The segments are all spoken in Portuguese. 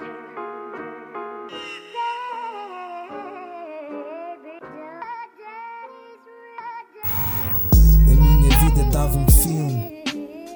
A minha vida dava um filme.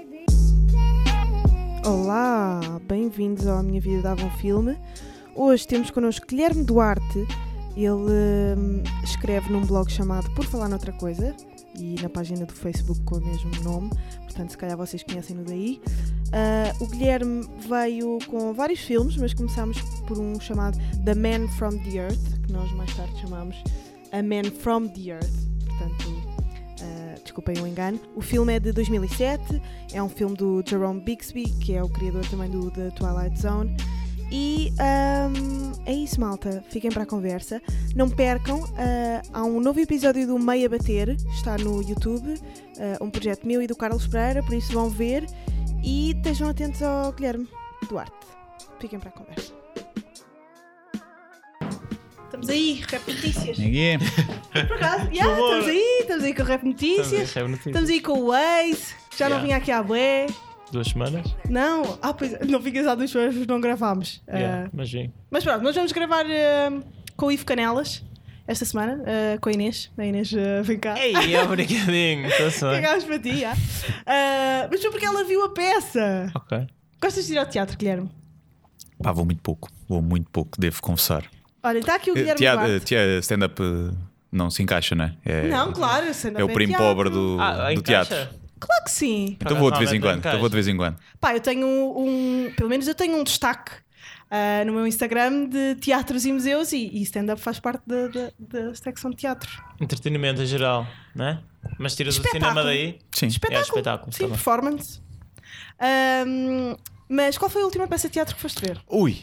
Olá, bem-vindos ao Minha Vida Dava um Filme. Hoje temos connosco Guilherme Duarte. Ele escreve num blog chamado Por Falar Noutra Coisa e na página do Facebook com o mesmo nome, portanto se calhar vocês conhecem-no daí. O Guilherme veio com vários filmes, mas começámos por um chamado The Man from the Earth, que nós mais tarde chamamos A Man from the Earth, portanto desculpem o engano. O filme é de 2007, é um filme do Jerome Bixby, que é o criador também do The Twilight Zone. E é isso, malta, fiquem para a conversa, não percam, há um novo episódio do Meia Bater, está no YouTube, um projeto meu e do Carlos Pereira, por isso vão ver e estejam atentos ao Guilherme Duarte. Fiquem para a conversa. Estamos aí, Rap Notícias. Ninguém. Por acaso, estamos aí com o Rap Notícias, estamos aí com o Waze, já não vinha aqui à bué. 2 semanas? Não, pois, não ficas há 2 semanas, não gravámos. Mas pronto, nós vamos gravar com o Ivo Canelas esta semana, com a Inês. A Inês vem cá. Ei, é obrigadinho. Cagámos para ti, já. Mas foi porque ela viu a peça. Ok. Gostas de ir ao teatro, Guilherme? Pá, vou muito pouco, devo confessar. Olha, está aqui o Guilherme Duarte. Stand-up não se encaixa, não é? Não, claro, stand-up é o primo pobre do teatro. Claro que sim. Então vou de vez em quando. Pá, eu tenho pelo menos eu tenho um destaque no meu Instagram de teatros e museus e stand-up faz parte da secção de teatro. Entretenimento em geral, não é? Mas tiras o cinema daí? Sim. Espetáculo. Sim, performance. Mas qual foi a última peça de teatro que foste ver? Ui.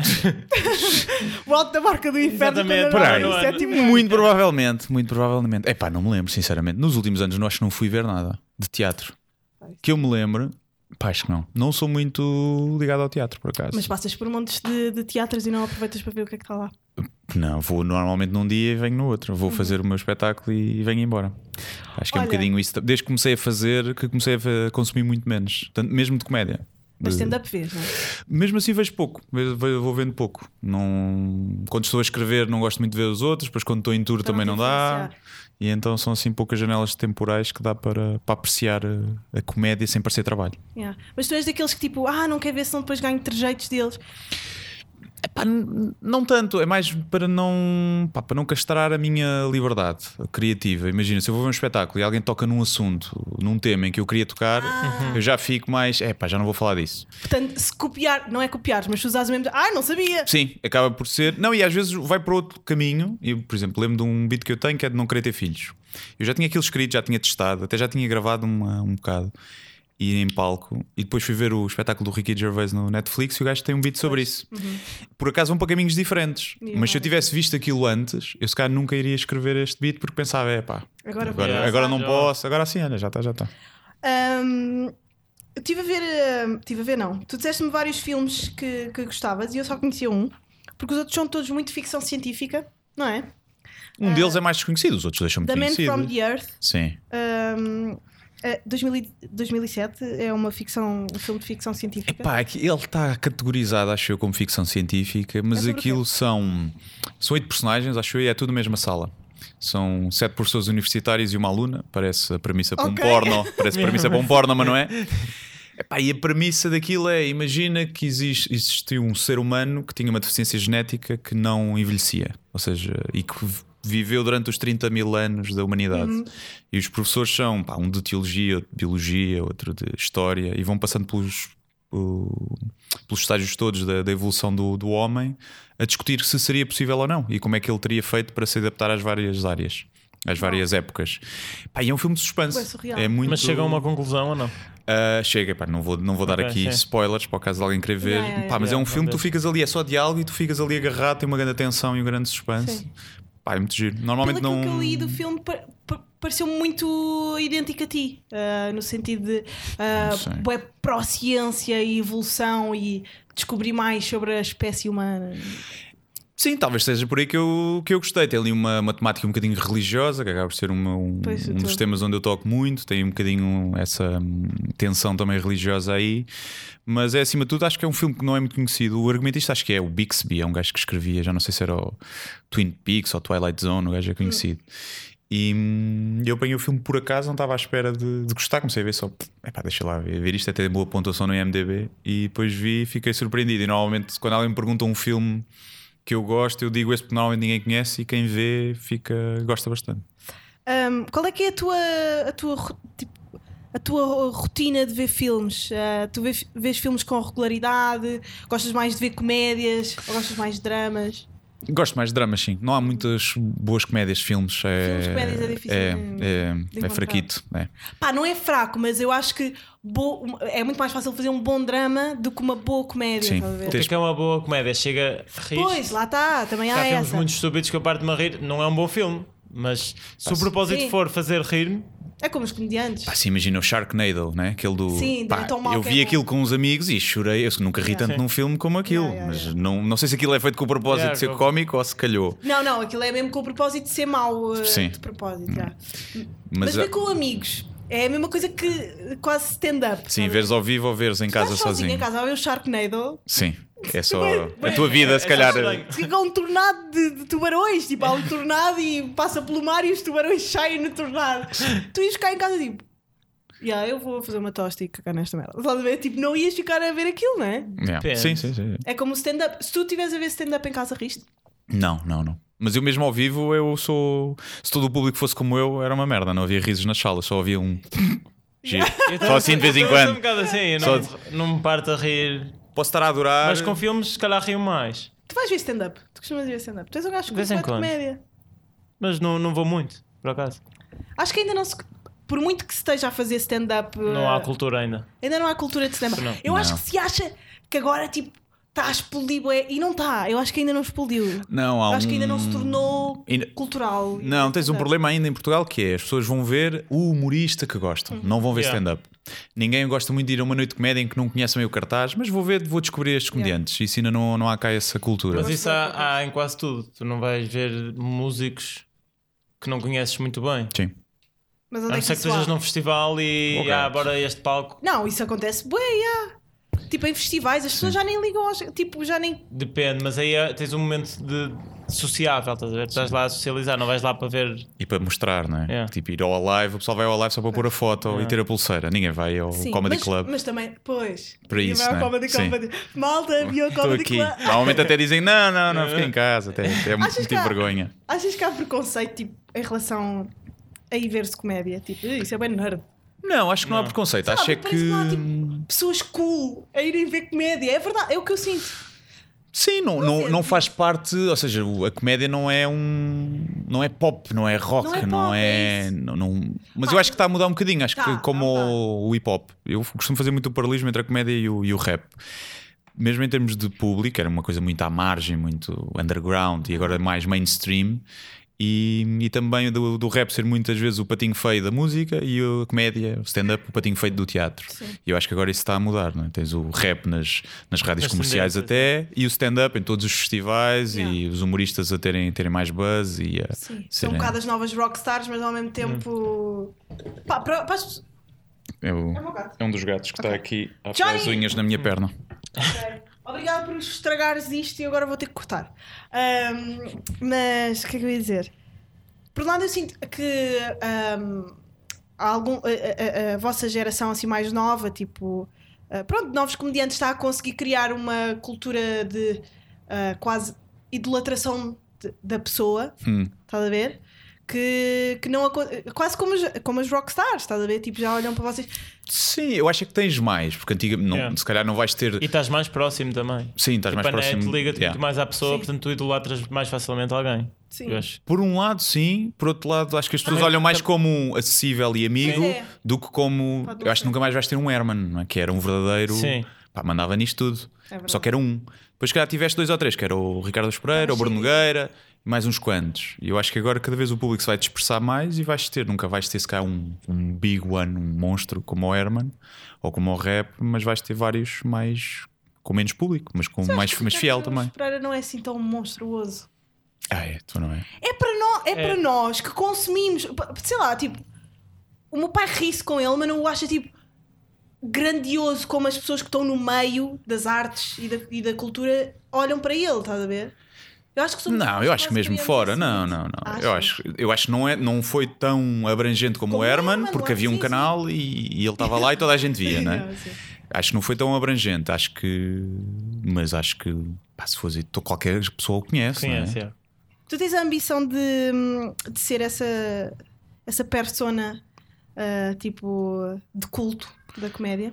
O Alto da Barca do Inferno. Exatamente. Muito provavelmente. Epá, não me lembro, sinceramente. Nos últimos anos acho que não fui ver nada de teatro. Que eu me lembro. Pá, acho que não. Não sou muito ligado ao teatro, por acaso. Mas passas por montes de teatros e não aproveitas para ver o que é que está lá? Não, vou normalmente num dia e venho no outro. Vou fazer o meu espetáculo e venho embora. Acho que é um bocadinho isso. Desde que comecei a fazer, que comecei a consumir muito menos. Tanto, mesmo de comédia. Mas stand-up vês, não é? Mesmo assim vejo pouco, vou vendo pouco. Quando estou a escrever não gosto muito de ver os outros, depois quando estou em tour também não dá. E então são assim poucas janelas temporais que dá para apreciar a comédia sem parecer trabalho. Mas tu és daqueles que tipo, não quer ver se não depois ganho trejeitos deles. Epá, não tanto, é mais para não castrar a minha liberdade criativa. Imagina, se eu vou ver um espetáculo e alguém toca num assunto, num tema em que eu queria tocar, eu já fico mais, já não vou falar disso. Portanto, se copiar, não é copiar, mas se usares o mesmo, não sabia. Sim, acaba por ser. Não, e às vezes vai para outro caminho. Eu, por exemplo, lembro de um beat que eu tenho que é de não querer ter filhos. Eu já tinha aquilo escrito, já tinha testado, até já tinha gravado um bocado. E em palco, e depois fui ver o espetáculo do Ricky Gervais no Netflix e o gajo tem um beat sobre isso. Por acaso vão para caminhos diferentes, mas se eu tivesse visto aquilo antes, eu se calhar nunca iria escrever este beat porque pensava, agora não posso, agora sim, olha, já está. Eu estive a ver, não. Tu disseste-me vários filmes que gostavas e eu só conhecia um, porque os outros são todos muito ficção científica, não é? Um deles é mais desconhecido, os outros deixam-me conhecido. The Man from the Earth. Sim. 2007 é um filme de ficção científica. Epá, ele está categorizado, acho eu, como ficção científica, mas aquilo são 8 personagens, acho eu, e é tudo na mesma sala. São 7 professores universitários e uma aluna. Parece a premissa para um porno. Parece premissa para um porno, mas não é? Epá, e a premissa daquilo é: imagina que existiu um ser humano que tinha uma deficiência genética que não envelhecia, ou seja, e que viveu durante os 30 mil anos da humanidade. E os professores são um de teologia, outro de biologia, outro de história, e vão passando pelos estágios todos da evolução do homem, a discutir se seria possível ou não e como é que ele teria feito para se adaptar às várias áreas, às várias épocas. E é um filme de suspense. É muito... Mas chega a uma conclusão ou não? Chega, não vou dar aqui spoilers para o caso de alguém querer ver. Mas é um filme que tu ficas ali, é só diálogo e tu ficas ali agarrado, tem uma grande tensão e um grande suspense. Sim. É muito giro. Normalmente pelo não. que eu li do filme pareceu muito idêntico a ti, no sentido de pró-ciência e evolução e descobrir mais sobre a espécie humana. Sim, talvez seja por aí que eu gostei. Tem ali uma temática um bocadinho religiosa, que acaba por ser um dos temas onde eu toco muito. Tem um bocadinho essa tensão também religiosa aí. Mas é, acima de tudo, acho que é um filme que não é muito conhecido. O argumentista acho que é o Bixby, é um gajo que escrevia, já não sei se era o Twin Peaks ou Twilight Zone, o gajo é conhecido. E eu apanhei o filme por acaso, não estava à espera de gostar. Comecei a ver só, deixa lá ver isto, até tem boa pontuação no IMDb. E depois vi e fiquei surpreendido. E normalmente, quando alguém me pergunta um filme que eu gosto, eu digo esse porque normalmente ninguém conhece e quem vê gosta bastante. Qual é que é a tua rotina de ver filmes? Tu vês filmes com regularidade? Gostas mais de ver comédias ou gostas mais de dramas? Gosto mais de dramas, sim. Não há muitas boas comédias, filmes. Filmes de comédias é difícil. É fraquito. É. Pá, não é fraco, mas eu acho que é muito mais fácil fazer um bom drama do que uma boa comédia. Sim. O que é uma boa comédia? Chega a rir. Pois, lá está, também há filmes essa. muito estúpidos que eu parto-me a rir. Não é um bom filme, mas se o propósito for fazer rir-me. É como os comediantes. Sim, imagina o Sharknado, né? Aquele do. Sim, tão mal eu que vi é aquilo com uns amigos e chorei. Eu nunca ri tanto num filme como aquilo. Mas não sei se aquilo é feito com o propósito de ser cómico ou se calhou. Não, aquilo é mesmo com o propósito de ser mau. De propósito, Mas ver com amigos é a mesma coisa que quase stand-up. Sim, veres ao vivo ou veres em casa sozinho. Em casa a ver o Sharknado. Sim. É só a tua vida, se calhar. Fica um tornado de tubarões. Tipo, há um tornado e passa pelo mar e os tubarões saem no tornado. Tu ias ficar em casa tipo, eu vou fazer uma tosta e cagar nesta merda. Estás a ver? Tipo, não ias ficar a ver aquilo, não é? Sim. É como stand-up. Se tu estiveres a ver stand-up em casa, riste? Não. Mas eu mesmo ao vivo, se todo o público fosse como eu, era uma merda. Não havia risos nas salas, só havia um. Só assim de vez em quando. Um bocado assim, não me parto a rir. Posso estar a adorar. Mas com filmes, se calhar rio mais. Tu vais ver stand-up? Tu costumas ver stand-up? Tu és um gajo que gosta de comédia. Mas não vou muito, por acaso. Acho que ainda não se. Por muito que se esteja a fazer stand-up. Não há cultura ainda. Ainda não há cultura de stand-up. Eu acho que se acha que agora tipo está a explodir. E não está. Eu acho que ainda não explodiu. Acho que ainda não se tornou cultural. Não, tens um problema ainda em Portugal que é as pessoas vão ver o humorista que gostam. Não vão ver stand-up. Ninguém gosta muito de ir a uma noite de comédia em que não conhecem o cartaz, mas vou descobrir estes comediantes. Isso ainda não há cá essa cultura. Mas isso há em quase tudo. Tu não vais ver músicos que não conheces muito bem. Sim. Mas a não ser que estejas num festival e bora este palco. Não, isso acontece tipo em festivais, as pessoas já nem ligam já nem. Depende, mas aí tens um momento de sociável, estás a ver? Estás lá a socializar, não vais lá para ver e para mostrar, não é? Tipo ir ao live, o pessoal vai ao live só para pôr a foto e ter a pulseira. Ninguém vai ao Comedy Club. Mas também, pois, para isso, vai ao Comedy Club. Malta, viu o Comedy Club. Normalmente até dizem não, fiquei em casa, até muito vergonha. Achas que há preconceito tipo, em relação a ir ver-se comédia? Tipo, isso é bem nerd. Não, acho que não há preconceito. Acho é que não há, tipo, pessoas cool a irem ver comédia. É verdade, é o que eu sinto. Sim, não faz parte. Ou seja, a comédia não é não é pop, não é rock, mas eu acho que está a mudar um bocadinho. Acho que como o hip hop. Eu costumo fazer muito o paralelismo entre a comédia e o rap. Mesmo em termos de público, era uma coisa muito à margem, muito underground e agora mais mainstream. E também do rap ser muitas vezes o patinho feio da música e a comédia, o stand-up, o patinho feio do teatro. E eu acho que agora isso está a mudar, não é? Tens o rap nas rádios comerciais até e o stand-up em todos os festivais e os humoristas a terem mais buzz e são um bocado as novas rockstars, mas ao mesmo tempo é um dos gatos que está aqui a fazer as unhas na minha perna. Obrigado por estragares isto e agora vou ter que cortar. Mas o que é que eu ia dizer? Por um lado, eu sinto que a vossa geração assim mais nova, tipo, novos comediantes, está a conseguir criar uma cultura de quase idolatração da pessoa. Estás a ver? Que não quase como as rockstars, estás a ver? Tipo, já olham para vocês. Sim, eu acho que tens mais, porque antigamente se calhar não vais ter. E estás mais próximo também. Sim, estás mais próximo. A net liga-te muito mais à pessoa, portanto tu idolatras mais facilmente alguém. Sim. Por um lado, sim, por outro lado, acho que as pessoas olham mais como acessível e amigo do que como. Eu acho que nunca mais vais ter um Herman, não é? Que era um verdadeiro. Mandava nisto tudo. Só que era um. Depois, se calhar, tiveste 2 ou 3, que era o Ricardo Espereira, o Bruno Nogueira. Mais uns quantos. E eu acho que agora cada vez o público se vai dispersar mais e nunca vais ter se cá um big one, um monstro como o Herman ou como o rap, mas vais ter vários mais com menos público, mas com mais fiel também. Pereira não é assim tão monstruoso. Tu não é? Para nós que consumimos, sei lá, tipo, o meu pai ri-se com ele, mas não o acha tipo grandioso como as pessoas que estão no meio das artes e da cultura olham para ele, estás a ver? Eu acho que eu acho que mesmo fora, não. Eu acho que não foi tão abrangente como o Herman, porque havia um canal e ele estava lá e toda a gente via, não é? Acho que não foi tão abrangente, mas acho que se fosse qualquer pessoa o conhece, não é? Tu tens a ambição de ser essa persona tipo de culto da comédia?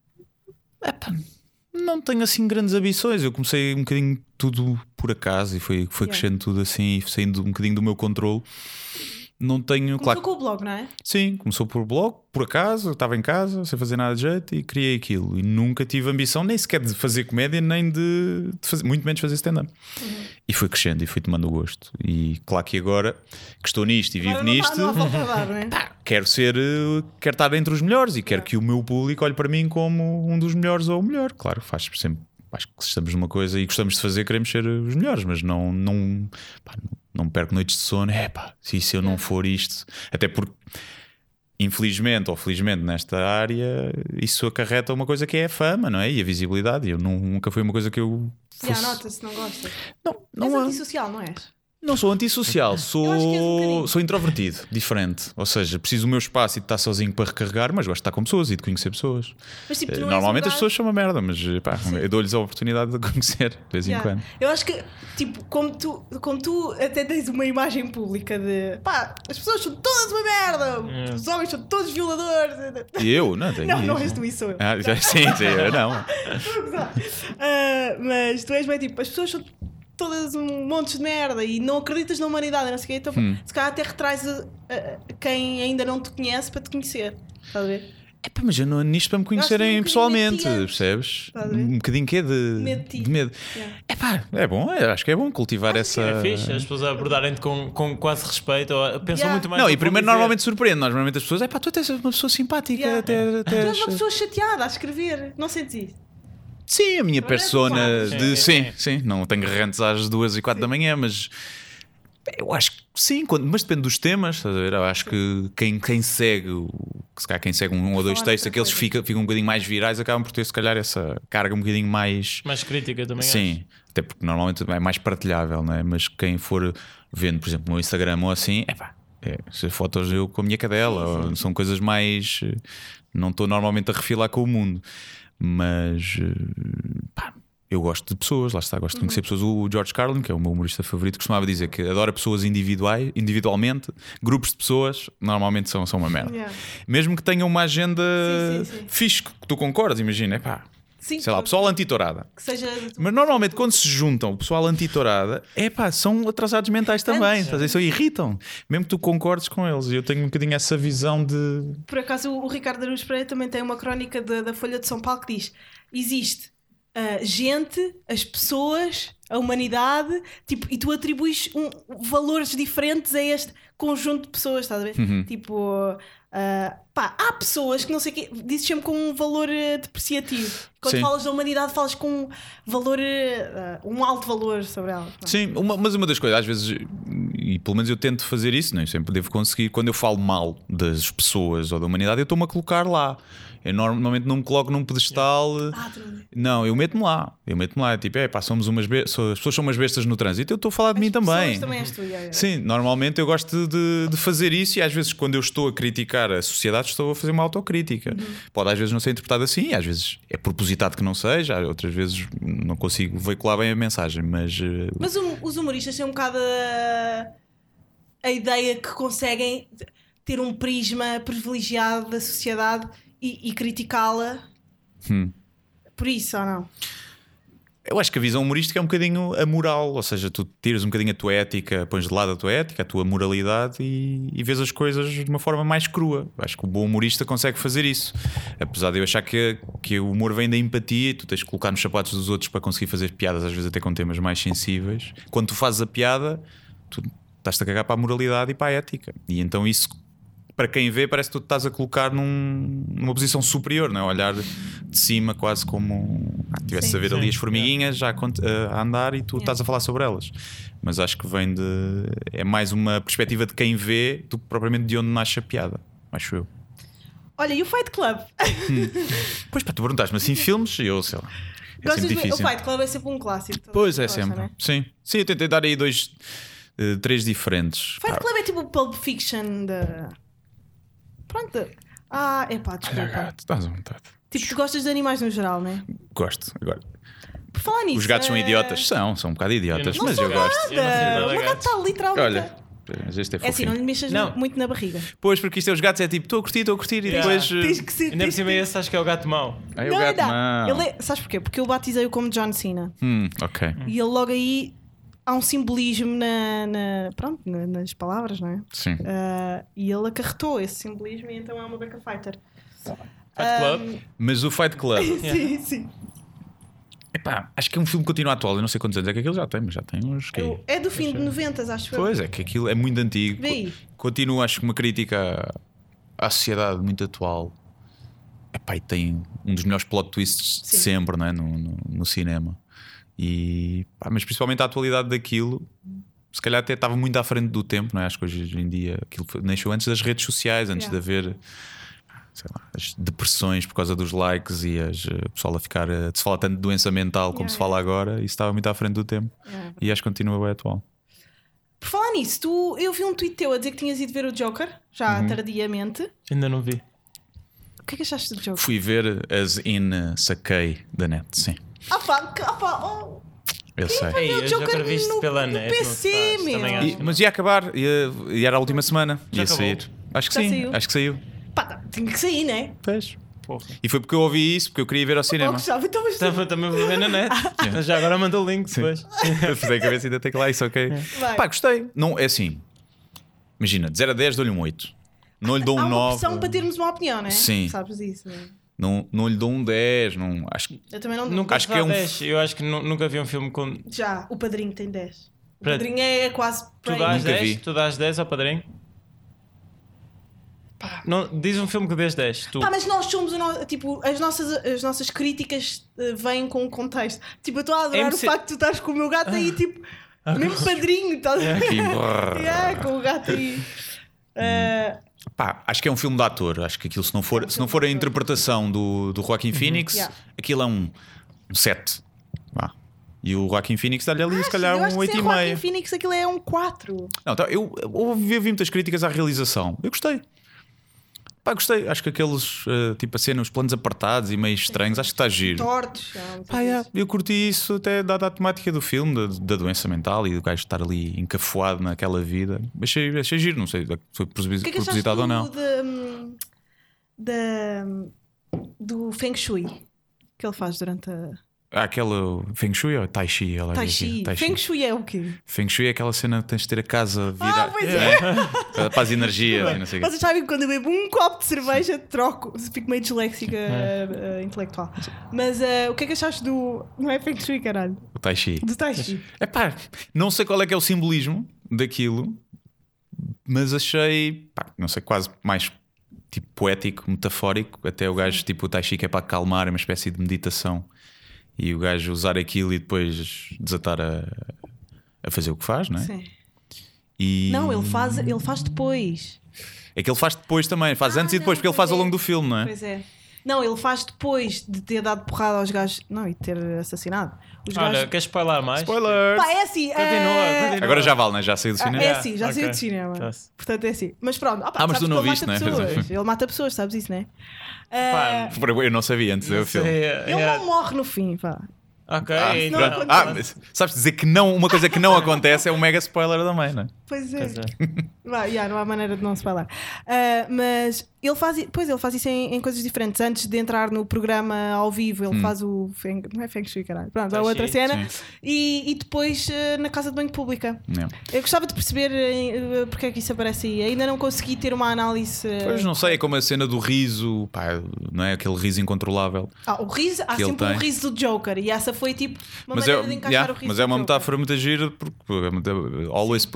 Não tenho assim grandes ambições. Eu comecei um bocadinho tudo por acaso e foi crescendo tudo assim e saindo um bocadinho do meu controle. Não tenho. Começou com o blog, não é? Sim, começou por blog, por acaso. Eu estava em casa, sem fazer nada de jeito e criei aquilo. E nunca tive ambição nem sequer de fazer comédia, nem de fazer, muito menos fazer stand-up. E foi crescendo e fui tomando o gosto. E claro que agora que estou nisto e vivo nisto, não há volta a dar, não é? quero estar entre os melhores e quero que o meu público olhe para mim como um dos melhores ou o melhor. Claro, faz sempre. Acho que se estamos numa coisa e gostamos de fazer, queremos ser os melhores, mas não perco noites de sono. Se eu não for isto, até porque infelizmente ou felizmente nesta área isso acarreta uma coisa que é a fama, não é? E a visibilidade. Eu nunca foi uma coisa que eu fosse... nota-se, não gostas. Não és antissocial, não és? Não sou antissocial, sou introvertido, diferente. Ou seja, preciso do meu espaço e de estar sozinho para recarregar, mas gosto de estar com pessoas e de conhecer pessoas. Mas, tipo, normalmente as pessoas são uma merda, mas eu dou-lhes a oportunidade de conhecer de vez em quando. Eu acho que, tipo, como tu até tens uma imagem pública de as pessoas são todas uma merda, os homens são todos violadores. E eu? Não tenho isso. Não és tu, isso sou eu. Sim, eu não. Mas tu és bem tipo, as pessoas são todas um monte de merda e não acreditas na humanidade, não sei o quê, então se calhar até retrais quem ainda não te conhece para te conhecer, estás a ver? Mas eu não ando nisto para me conhecerem pessoalmente, percebes? Um bocadinho que é de medo. É bom, acho que é bom cultivar essa. É fixe, as pessoas abordarem-te com quase respeito, ou pensam muito mais. Não, e primeiro normalmente surpreende, normalmente as pessoas, tu és uma pessoa simpática, tu és uma pessoa chateada a escrever, não sentes isso? Sim, a minha persona de. Sim, não tenho rentes às 2 e 4 da manhã, mas eu acho que sim, mas depende dos temas. Estás a ver? Eu acho que quem segue, se calhar quem segue um ou dois textos, aqueles que ficam um bocadinho mais virais, acabam por ter, se calhar, essa carga um bocadinho mais. Mais crítica também. Sim, até porque normalmente é mais partilhável, não é? Mas quem for vendo, por exemplo, no meu Instagram ou assim, se fotos eu com a minha cadela, são coisas mais. Não estou normalmente a refilar com o mundo. Mas eu gosto de pessoas, lá está, gosto de conhecer pessoas. O George Carlin, que é o meu humorista favorito, costumava dizer que adora pessoas individualmente. Grupos de pessoas normalmente são uma merda. Mesmo que tenham uma agenda fixe, que tu concordas, imagina, sei lá, o pessoal anti-tourada. Mas normalmente quando se juntam o pessoal anti-tourada, são atrasados mentais também, isso irritam, mesmo que tu concordes com eles. E eu tenho um bocadinho essa visão de. Por acaso o Ricardo Araújo Pereira também tem uma crónica da Folha de São Paulo que diz: existe gente, as pessoas, a humanidade, tipo, e tu atribuis valores diferentes a este conjunto de pessoas, estás a ver? Tipo, há pessoas que não sei o quê, dizes sempre com um valor depreciativo. Quando falas da humanidade, falas com valor, um alto valor sobre ela. Sim, mas uma das coisas, às vezes, e pelo menos eu tento fazer isso, não é? Eu sempre devo conseguir, quando eu falo mal das pessoas ou da humanidade, eu estou-me a colocar lá. Eu normalmente não me coloco num pedestal. Não, eu meto-me lá. Tipo, somos as pessoas são umas bestas no trânsito. Eu estou a falar de mim também. Também és tu, Sim, normalmente eu gosto de fazer isso e às vezes quando eu estou a criticar a sociedade estou a fazer uma autocrítica. Pode às vezes não ser interpretado assim, e às vezes é propositado que não seja, outras vezes não consigo veicular bem a mensagem. Mas os humoristas têm um bocado a ideia que conseguem ter um prisma privilegiado da sociedade e criticá-la por isso, ou não? Eu acho que a visão humorística é um bocadinho a moral, ou seja, tu tiras um bocadinho a tua ética, pões de lado a tua ética, a tua moralidade e vês as coisas de uma forma mais crua. Eu acho que o bom humorista consegue fazer isso, apesar de eu achar que o humor vem da empatia e tu tens que colocar nos sapatos dos outros para conseguir fazer piadas, às vezes até com temas mais sensíveis. Quando tu fazes a piada, tu estás-te a cagar para a moralidade e para a ética, e então isso para quem vê, parece que tu te estás a colocar numa posição superior, não é? Olhar de cima, quase como estivesse a ver ali as formiguinhas já a andar e tu estás a falar sobre elas. Mas acho que vem de. É mais uma perspectiva de quem vê do que propriamente de onde nasce a piada, acho eu. Olha, e o Fight Club? Pois pá, tu perguntaste-me assim filmes e eu sei lá. É Gostas sempre do... difícil. O Fight Club é sempre um clássico. Pois é, gosta, sempre. Né? Sim, eu tentei dar aí 3 diferentes. Fight Club é tipo o Pulp Fiction da. Pronto. Desculpa. Estás à vontade. Tipo, tu gostas de animais no geral, não é? Gosto, agora. Por falar nisso. Os gatos são idiotas? São um bocado idiotas, Eu não mas sou eu gosto. Eu não sei nada O de meu gato gatos. está literalmente. Olha, mas este é É assim, fofinho. não lhe mexas Não. muito na barriga. Pois, porque isto é os gatos, é tipo, estou a curtir e Yeah. depois. Tens que ser. Ainda por tens cima que- esse acho que é o gato mau. Ai, o gato não. Ele é... Sabes porquê? Porque eu batizei-o como John Cena. Ok. E ele logo aí há um simbolismo nas palavras, não é? Sim. E ele acarretou esse simbolismo e então é uma beca fighter. Fight Club. Mas o Fight Club, Sim. epá, acho que é um filme que continua atual. Eu não sei quantos anos é que aquilo já tem, mas já tem uns. É do fim de 90, acho eu. Pois é, que aquilo é muito antigo. Vê aí. Continua, acho que uma crítica à sociedade muito atual. Epá, e tem um dos melhores plot twists de Sim. sempre, não é? No cinema. Mas principalmente a atualidade daquilo, se calhar até estava muito à frente do tempo, não é? Acho que hoje em dia aquilo nasceu antes das redes sociais, antes de haver, sei lá, as depressões por causa dos likes e o pessoal a ficar. De se falar tanto de doença mental como se fala agora, isso estava muito à frente do tempo. E acho que continua bem atual. Por falar nisso, eu vi um tweet teu a dizer que tinhas ido ver o Joker, já tardiamente. Ainda não vi. O que é que achaste do Joker? Fui ver as saquei da net, sim. Eu sei. Ei, o eu já Joker viste no- pela no net. PC, não se faz. meu. Também acho. Mas ia acabar, e era a última semana. Já Ia acabou? sair. Acho que Já sim, saiu? acho que saiu. Pá, tinha que sair, não é? Fez. Porra. E foi porque eu ouvi isso, porque eu queria ir ver ao cinema. Gostava, então, mas Também vou ver na net. Mas já agora manda o link depois. Fazer a cabeça e ainda tem que lá isso, ok. Vai. Pá, gostei. Não, é assim. Imagina, de 0 a 10 dou-lhe um 8. Não lhe dou há um uma 9. pressão para termos uma opinião, não é? Sim. Sabes disso, não é? Não lhe dou um 10. Não, acho que. Eu também não dou. Nunca Acho te que é dá um 10. Eu acho que nunca vi um filme com. Já, o Padrinho tem 10. O Para- Padrinho é quase. Tu dás Nunca 10? vi. Tu dás 10 ao padrinho? Não, diz um filme que dês 10. Tu. Pá, mas nós somos tipo, as nossas críticas vêm com um contexto. Tipo, eu estou a adorar MC o facto de tu estás com o meu gato aí, tipo, mesmo Padrinho, estás a ver? Aqui, Com o gato aí. Pá, acho que é um filme de ator. Acho que aquilo, se não for a interpretação do Joaquin Phoenix, Yeah. aquilo é um 7. Vá. E o Joaquin Phoenix dá-lhe ali, se calhar, eu acho um que 8,5. sem Joaquin Phoenix aquilo é um 4. Não, então, eu ouvi muitas críticas à realização. Eu gostei. Pá, gostei. Acho que aqueles, tipo a cena, os planos apertados e meio estranhos, acho que está giro. Tortos. Pá, eu curti isso até dada a temática do filme, da doença mental e do gajo estar ali encafuado naquela vida. Achei giro, não sei se foi O que é que achaste propositado ou não. do Feng Shui que ele faz durante a. Aquela Feng Shui ou Tai Chi? Ela Tai diz Chi. aqui. Feng Shui é o quê? Feng Shui é aquela cena que tens de ter a casa virada. Pois é. Para as energias e não sei o quê. Vocês sabem que quando eu bebo um copo de cerveja troco, fico meio disléxica intelectual. Mas o que é que achaste do. Não é Feng Shui, caralho? O Tai Chi. Do Tai Chi. Epá, não sei qual é que é o simbolismo daquilo, mas achei, pá, não sei, quase mais tipo poético, metafórico. Até o gajo, tipo o Tai Chi, que é para acalmar, é uma espécie de meditação. E o gajo usar aquilo e depois desatar a fazer o que faz, não é? Sim. E... Não, ele faz depois. É que ele faz depois também, faz antes e depois, porque ele faz ao longo do filme, não é? Pois é. Não, ele faz depois de ter dado porrada aos gajos. Não, e de ter assassinado. Os Olha, gajos. queres spoiler mais? Spoiler! Pá, é assim. Continua. Agora já vale, não é? Já saiu do cinema. É assim, já saiu ok. de cinema. Tá-se. Portanto, é assim. Mas pronto. Pá, mas sabes tu não que ele viste, mata não é? pessoas. Ele mata pessoas, sabes isso, não é? Pá, Eu não sabia antes de ver o filme. Ele não morre no fim, pá. Ok, não então. acontece. Mas sabes dizer que não, uma coisa que não acontece é um mega spoiler também, não é? Pois é. Pois é. Vai, não há maneira de não se falar. Mas ele faz isso em coisas diferentes. Antes de entrar no programa ao vivo, ele faz o não é Feng Shui, caralho. Pronto, a Tai outra Chi, cena. E depois na casa de banho pública. Não. Eu gostava de perceber porque é que isso aparece aí. Ainda não consegui ter uma análise. Pois não sei, é como a cena do riso, pá, não é? Aquele riso incontrolável. O riso, há que ele sempre um tem. riso do Joker. E essa foi tipo uma Mas maneira de encaixar o riso. mas é uma do Joker. metáfora muito gira, porque always put the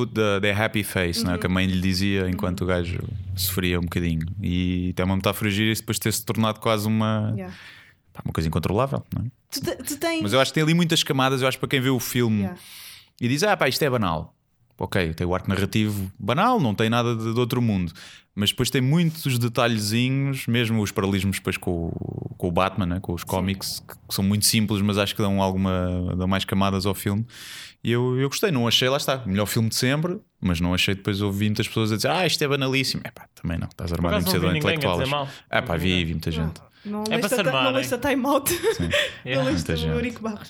the happy face, não é? Que a mãe lhe dizia enquanto o gajo sofria um bocadinho. E tem uma metáfora gira isso depois de ter-se tornado quase uma coisa incontrolável, não é? Tu tens... Mas eu acho que tem ali muitas camadas. Eu acho que para quem vê o filme e diz, isto é banal. Ok, tem o arco narrativo banal, não tem nada de outro mundo. Mas depois tem muitos detalhezinhos, mesmo os paralelismos depois com o Batman, né? Com os cómics, que são muito simples, mas acho que dão mais camadas ao filme. E eu gostei, não achei, lá está, o melhor filme de sempre, mas não achei. Depois ouvi muitas pessoas a dizer, isto é banalíssimo. Também não, estás armado em cedo intelectual. Vi muita gente. Não É para se armar, não lista time out. Não lista muita o Eurico Barros.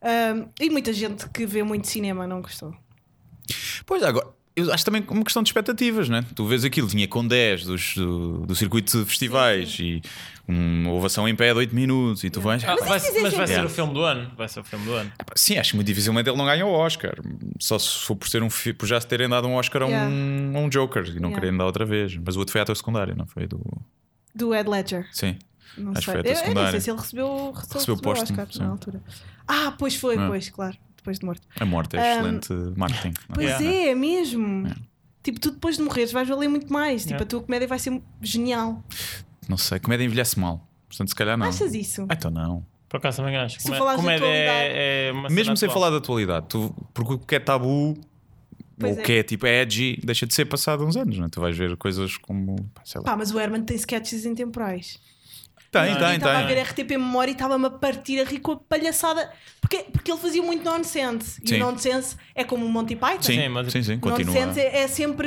E muita gente que vê muito cinema não gostou. Pois, agora, eu acho também uma questão de expectativas, né? Tu vês aquilo, tinha com 10 do circuito de festivais e uma ovação em pé de 8 minutos e tu vais. Mas vai ser o filme do ano. Vai ser o filme do ano. Sim, acho que muito dificilmente ele não ganha o Oscar. Só se for por ser por já se terem dado um Oscar a um Joker e não querem dar outra vez. Mas o outro foi ator secundário, não foi? Do Ed Ledger. Sim. Não acho sei. que foi ator secundário. Eu não sei se ele recebeu o póstumo, Oscar na altura. Pois foi, claro. Depois de morto. A morte é excelente marketing. Pois é mesmo. Tipo, tu depois de morreres vais valer muito mais. Tipo, a tua comédia vai ser genial. Não sei, comédia envelhece mal. Portanto, se calhar não. Achas isso? Então não. Por acaso também acho. Comédia é uma cena mesmo sem atual. falar da atualidade, porque o que é tabu ou o que é tipo edgy deixa de ser passado uns anos, não é? Tu vais ver coisas como, sei lá. Mas o Herman tem sketches intemporais. Tem. Estava a ver RTP Memória e estava-me a partir a rir com a palhaçada. Porque ele fazia muito nonsense. E o nonsense é como o Monty Python. Sim, continua. Nonsense é sempre...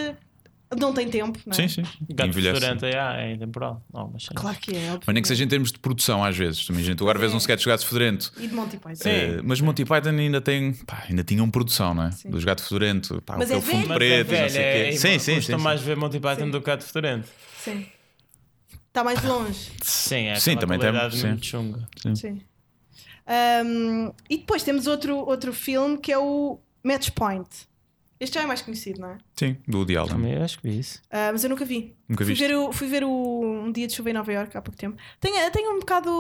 Não tem tempo, não é? Sim. Gato Fedorento é intemporal. Claro que é. Mas nem que seja em termos de produção, às vezes. Tu imagina, tu agora vês um sketch do Gato Fedorento. E de Monty Python. Mas Monty Python ainda tinham produção, não é? Sim. Dos Gato Fedorento. Mas aquele fundo preto, não sei o quê. Sim. Custa mais ver Monty Python do que Gato Fedorento. Sim. Está mais longe. Sim, também tem muito chunga. Sim. E depois temos outro filme que é o Match Point. Este já é mais conhecido, não é? Sim, do Woody Allen. Também acho que vi isso. Mas eu nunca vi. Fui ver Um Dia de Chuva em Nova Iorque há pouco tempo. Tenho um bocado...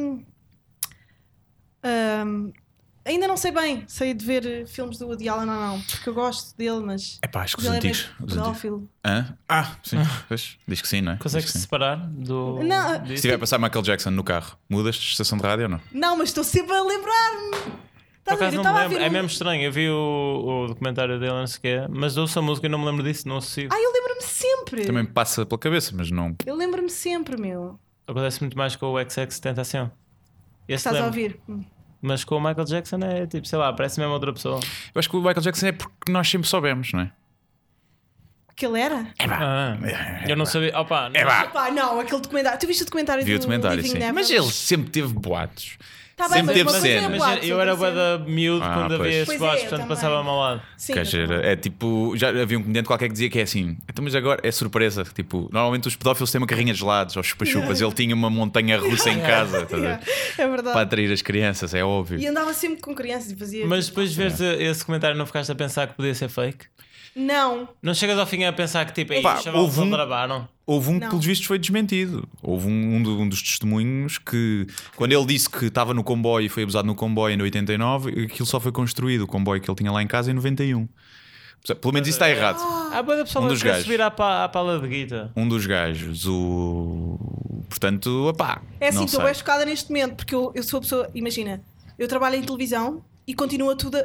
ainda não sei bem. Sei de ver filmes do Woody Allen ou não. Porque eu gosto dele, mas... Acho que os antigos. Pedófilo. Sim. Pois, diz que sim, não é? Consegues-te separar do... Não. Se estiver a passar Michael Jackson no carro, mudas de estação de rádio ou não? Não, mas estou sempre a lembrar-me. Por acaso não me lembro. É mesmo estranho. Eu vi o documentário dele, não sei o quê, mas ouço a música e não me lembro disso, não associo. Eu lembro-me sempre. Também me passa pela cabeça, mas não. Eu lembro-me sempre, meu. Acontece muito mais com o XX Tentação. Estás a ouvir? Mas com o Michael Jackson é tipo, sei lá, parece mesmo outra pessoa. Eu acho que o Michael Jackson é porque nós sempre soubemos, não é? Que ele era? Eu não sabia. Não, aquele documentário. Tu viste o documentário do documentário, Living sim. Never? Mas ele sempre teve boatos. Tá bem, sempre teve mas cenas. Boatos, eu era bué da miúdo quando havia esses Pois boatos, eu portanto também. passava-me ao lado. Sim, É tipo, já havia um comediante qualquer que dizia que é assim. Então, mas agora é surpresa. Tipo, normalmente os pedófilos têm uma carrinha de gelados, aos chupa-chupas. Ele tinha uma montanha russa em casa, tá a ver? É verdade. Para atrair as crianças, é óbvio. E andava sempre com crianças e fazia. Mas depois de ver esse comentário, não ficaste a pensar que podia ser fake? Não. Não chegas ao fim a pensar que tipo, houve um- gravaram. Houve um que, Não. pelos vistos, foi desmentido. Houve um dos testemunhos que, quando ele disse que estava no comboio e foi abusado no comboio em 89, aquilo só foi construído, o comboio que ele tinha lá em casa, em 91. Pelo menos isso está errado. Há boa da pessoa dos que quer gajos. subir à pala de guita. Um dos gajos, portanto, É assim, não estou sei. bem chocada neste momento, porque eu sou a pessoa. Imagina, eu trabalho em televisão e continua tudo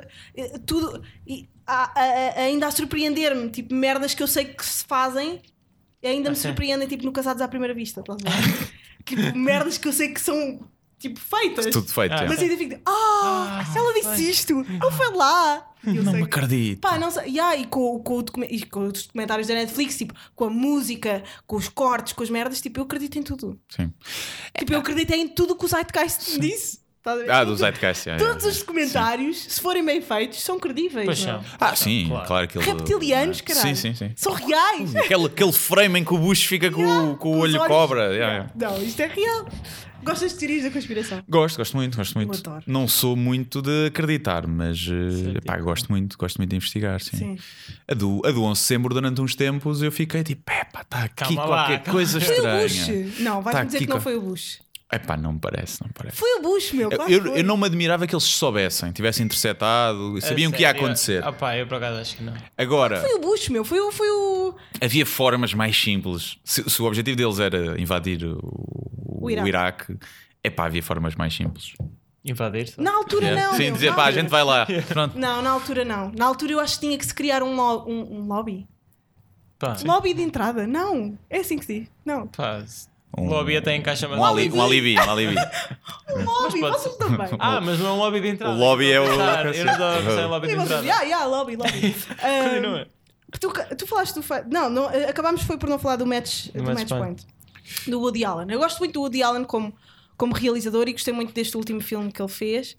ainda a surpreender-me. Tipo, merdas que eu sei que se fazem ainda me surpreendem, tipo, no Casados à Primeira Vista. Estás a ver? Tipo, merdas que eu sei que são tipo feitas. Tudo feito. Mas é. ainda fico, ela disse isto, ele foi lá. E eu Não sei me que- acredito. Pá, não sei. E com os documentários da Netflix, tipo, com a música, com os cortes, com as merdas, tipo, eu acredito em tudo. Sim. Tipo, eu acredito em tudo que o Zeitgeist disse. Estás a ver? Do Zeitgeist. Todos os documentários, se forem bem feitos, são credíveis. Pois não é? são. Sim, claro que ele. Reptilianos, caralho. Sim. São reais. Aquele frame em que o Bush fica com o olho olhos. cobra. Não, isto é real. Gostas de teorias da conspiração? Gosto muito. Eu adoro. Não sou muito de acreditar, mas gosto muito de investigar. Sim. Sim. A do 11 de setembro, durante uns tempos, eu fiquei tipo, está aqui Calma lá, qualquer calma. coisa Foi o estranha. Bush. Não, vais-me Tá dizer aqui que não co- foi o Bush. Epá, não me parece. Foi o Bush, meu. Claro que foi. Eu não me admirava que eles soubessem, tivessem interceptado, sabiam o que ia acontecer. Pá, eu por acaso acho que não. Agora, Foi o Bush, meu. Foi o... havia formas mais simples. Se o objetivo deles era invadir o Iraque, epá, havia formas mais simples. Invadir? Só. Na altura não. Sim, meu, dizer, na pá, a altura. gente vai lá. Pronto. Não, na altura não. Na altura eu acho que tinha que se criar um lobby. Pá, Lobby de entrada. Não. É assim que se diz. Não. pá, lobby até encaixa mais. Um alibi. Um lobby. pode Vocês também. mas não é um lobby de entrada. O lobby é o- Eu não estou a pensar em lobby de E vocês, entrada. lobby. Continua. Tu falaste do... Não, acabámos foi por não falar do match point. Do Woody Allen. Eu gosto muito do Woody Allen como realizador e gostei muito deste último filme que ele fez.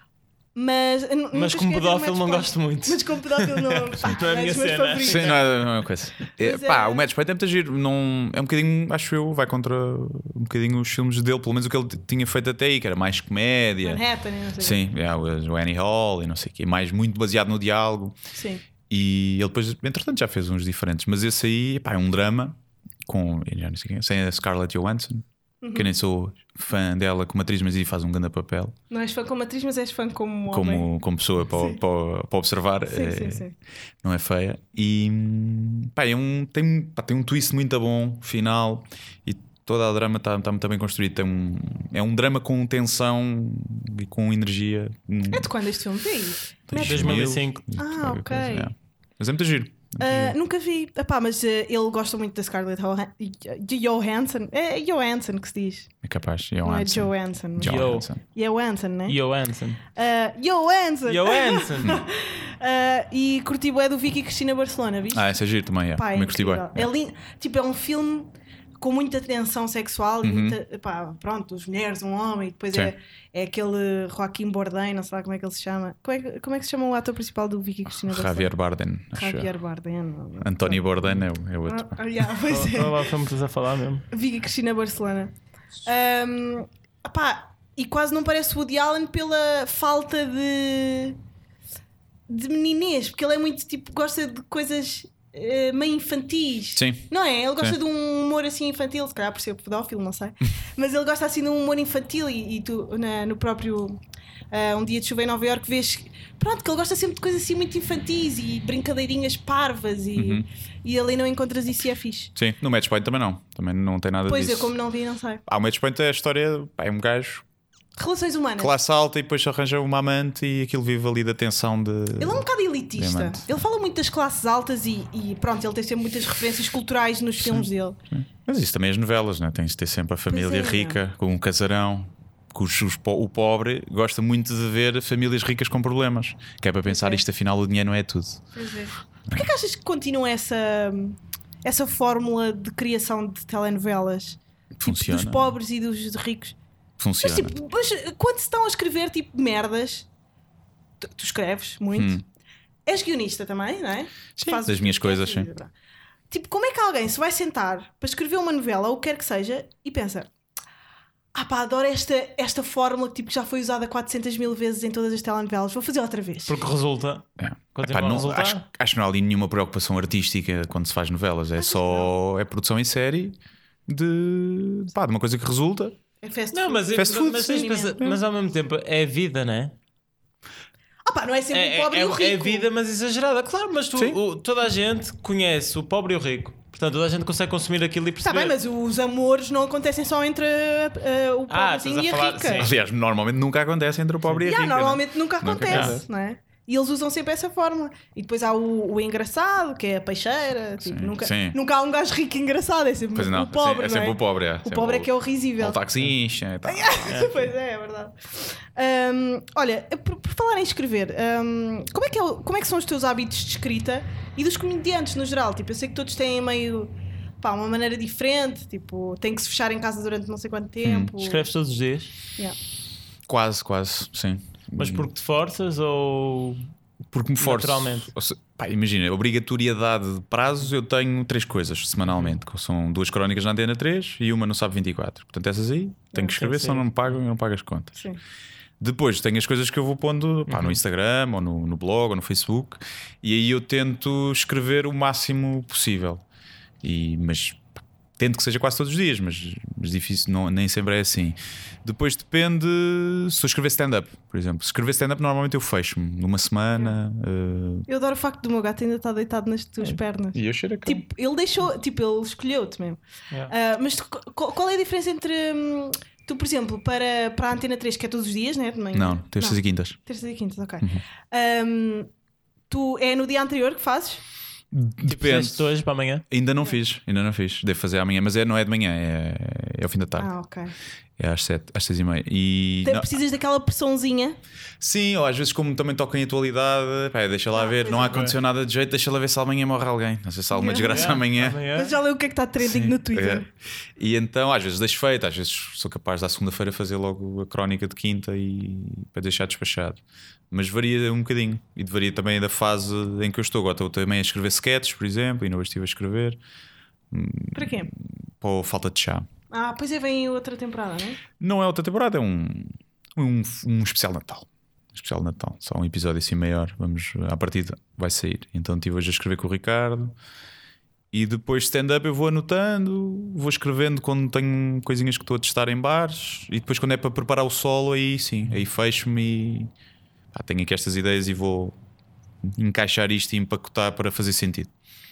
Mas como pedófilo não gosto muito. Mas como pedófilo não... Pá, Não é a minha cena. Sim, não é uma coisa. O match point é muito giro. Não, é um bocadinho, acho eu, vai contra um bocadinho os filmes dele, pelo menos o que ele tinha feito até aí, que era mais comédia. Manhattan e não sei. Sim, o Annie Hall e não sei o quê, mais muito baseado no diálogo. Sim. E ele depois, entretanto, já fez uns diferentes, mas esse aí, pá, é um drama com, já não sei quem, sem a Scarlett Johansson, que eu nem sou fã dela como atriz, mas aí faz um grande papel. Não és fã como atriz, mas és fã como homem. Como pessoa para observar. Sim. Não é feia. E pá, tem um twist muito bom final e toda a drama está muito bem construído. É um drama com tensão e com energia. É de quando este filme veio? 2005. Ah, ok. Mas é muito giro. Nunca vi. Epá, mas ele gosta muito da Scarlett Johansson. É Johansson que se diz. É capaz. Não é Johansson. Johansson. Johansson, né? Johansson. Johansson. E curti bué do Vicky Cristina Barcelona, viste? Essa é giro também. Pá, Também curti bem. É lindo. Tipo, é um filme com muita tensão sexual e muita, pá, pronto, duas mulheres, um homem, e depois é aquele Joaquim Bourdain, não sei lá como é que ele se chama. Como é que se chama o ator principal do Vicky Cristina Barcelona? Javier Bardem. Javier Bardem. António Bourdain é o outro. Pois é. Lá fomos a falar mesmo. Vicky Cristina Barcelona. Pá, e quase não parece Woody Allen pela falta de meninês, porque ele é muito tipo, gosta de coisas meio infantis. Sim. Não é? Ele gosta de um humor assim infantil, se calhar por ser pedófilo, não sei. Mas ele gosta assim de um humor infantil e tu no próprio Um Dia de Chuva em Nova Iorque vês pronto, que ele gosta sempre de coisas assim muito infantis e brincadeirinhas parvas e ali não encontras isso e é fixe. Sim, no Match Point também não tem nada Pois disso. eu como não vi, não sei. O Match Point é a história, é um gajo Relações humanas. classe alta e depois arranja uma amante e aquilo vive ali da tensão de... Ele é um bocado elitista. Diamante. Ele fala muito das classes altas e pronto, ele tem sempre muitas referências culturais nos filmes dele. Mas isso também as novelas, né? Tens de ter sempre a família rica com um casarão. O pobre gosta muito de ver famílias ricas com problemas, que é para pensar isto afinal o dinheiro não é tudo. Pois é. Porquê que achas que continua essa fórmula de criação de telenovelas? Funciona. Tipo, dos pobres e dos ricos. Funciona. Mas quando se estão a escrever tipo merdas, tu escreves muito. És guionista também, não é? Sim, das minhas coisas, sim. Tipo, como é que alguém se vai sentar para escrever uma novela ou o que quer que seja e pensa: pá, adoro esta fórmula que tipo, já foi usada 400 mil vezes em todas as telenovelas, vou fazer outra vez. Porque resulta. Epá, acho que não há ali nenhuma preocupação artística quando se faz novelas. É só produção em série de uma coisa que resulta. É fast Não, food. mas ao mesmo tempo é vida, não é? Pá, não é sempre o pobre e o rico. É vida, mas exagerada. Claro, mas toda a gente conhece o pobre e o rico. Portanto, toda a gente consegue consumir aquilo e perceber. Está bem, mas os amores não acontecem só entre o pobrezinho e a rica. Sim. Aliás, normalmente nunca acontece entre o pobre e a rica. Normalmente nunca acontece, não é? E eles usam sempre essa fórmula. E depois há o engraçado, que é a peixeira. Tipo, nunca há um gajo rico engraçado, é sempre o pobre. É sempre o pobre. O pobre é que é o risível. O taxista e tal. Pois é verdade. Olha, por falar em escrever, como é que são os teus hábitos de escrita e dos comediantes no geral? Tipo, eu sei que todos têm meio uma maneira diferente. Tipo, tem que se fechar em casa durante não sei quanto tempo. Escreves todos os dias? Yeah. Quase, sim. Mas porque te forças ou porque me forço? Naturalmente. Imagina, obrigatoriedade de prazos, eu tenho 3 coisas semanalmente. São 2 crónicas na Antena 3 e uma no Sábado 24. Portanto, essas aí tenho que escrever, senão não me pagam e não pago as contas. Sim. Depois tenho as coisas que eu vou pondo no Instagram ou no blog ou no Facebook, e aí eu tento escrever o máximo possível. Mas tento que seja quase todos os dias, mas difícil, nem sempre é assim. Depois depende se eu escrever stand-up, por exemplo. Se escrever stand-up, normalmente eu fecho-me numa semana. Eu adoro o facto do meu gato ainda estar deitado nas tuas pernas. E eu cheiro a cão. Tipo, ele deixou, tipo, ele escolheu-te mesmo. Mas qual é a diferença entre tu, por exemplo, para a Antena 3, que é todos os dias, né? Não, terças e quintas. Terças e quintas, ok. Tu é no dia anterior que fazes? Depende. Fizeste hoje para amanhã? Ainda não fiz. Devo fazer amanhã, mas não é de manhã, é ao fim da tarde. Ok. É às 6h30. E precisas daquela pressãozinha? sim, ou às vezes, como também toca em atualidade, deixa lá ver, não aconteceu nada de jeito, deixa lá ver se amanhã morre alguém. Não sei se há alguma desgraça amanhã. Mas já leu o que é que está trending no Twitter. E então, às vezes deixo feito, às vezes sou capaz da segunda-feira fazer logo a crónica de quinta e para deixar despachado. Mas varia um bocadinho. E varia também da fase em que eu estou. Agora estou também a escrever sketches, por exemplo, e não estive a escrever. Para quê? Para falta de chá. Pois vem outra temporada, não é? Não é outra temporada, é um especial Natal. Especial de Natal, só um episódio assim maior. Vamos, à partida vai sair. Então estive hoje a escrever com o Ricardo. E depois stand-up eu vou anotando, vou escrevendo quando tenho coisinhas que estou a testar em bares. E depois quando é para preparar o solo, aí sim, aí fecho-me e tenho aqui estas ideias e vou encaixar isto e empacotar para fazer sentido.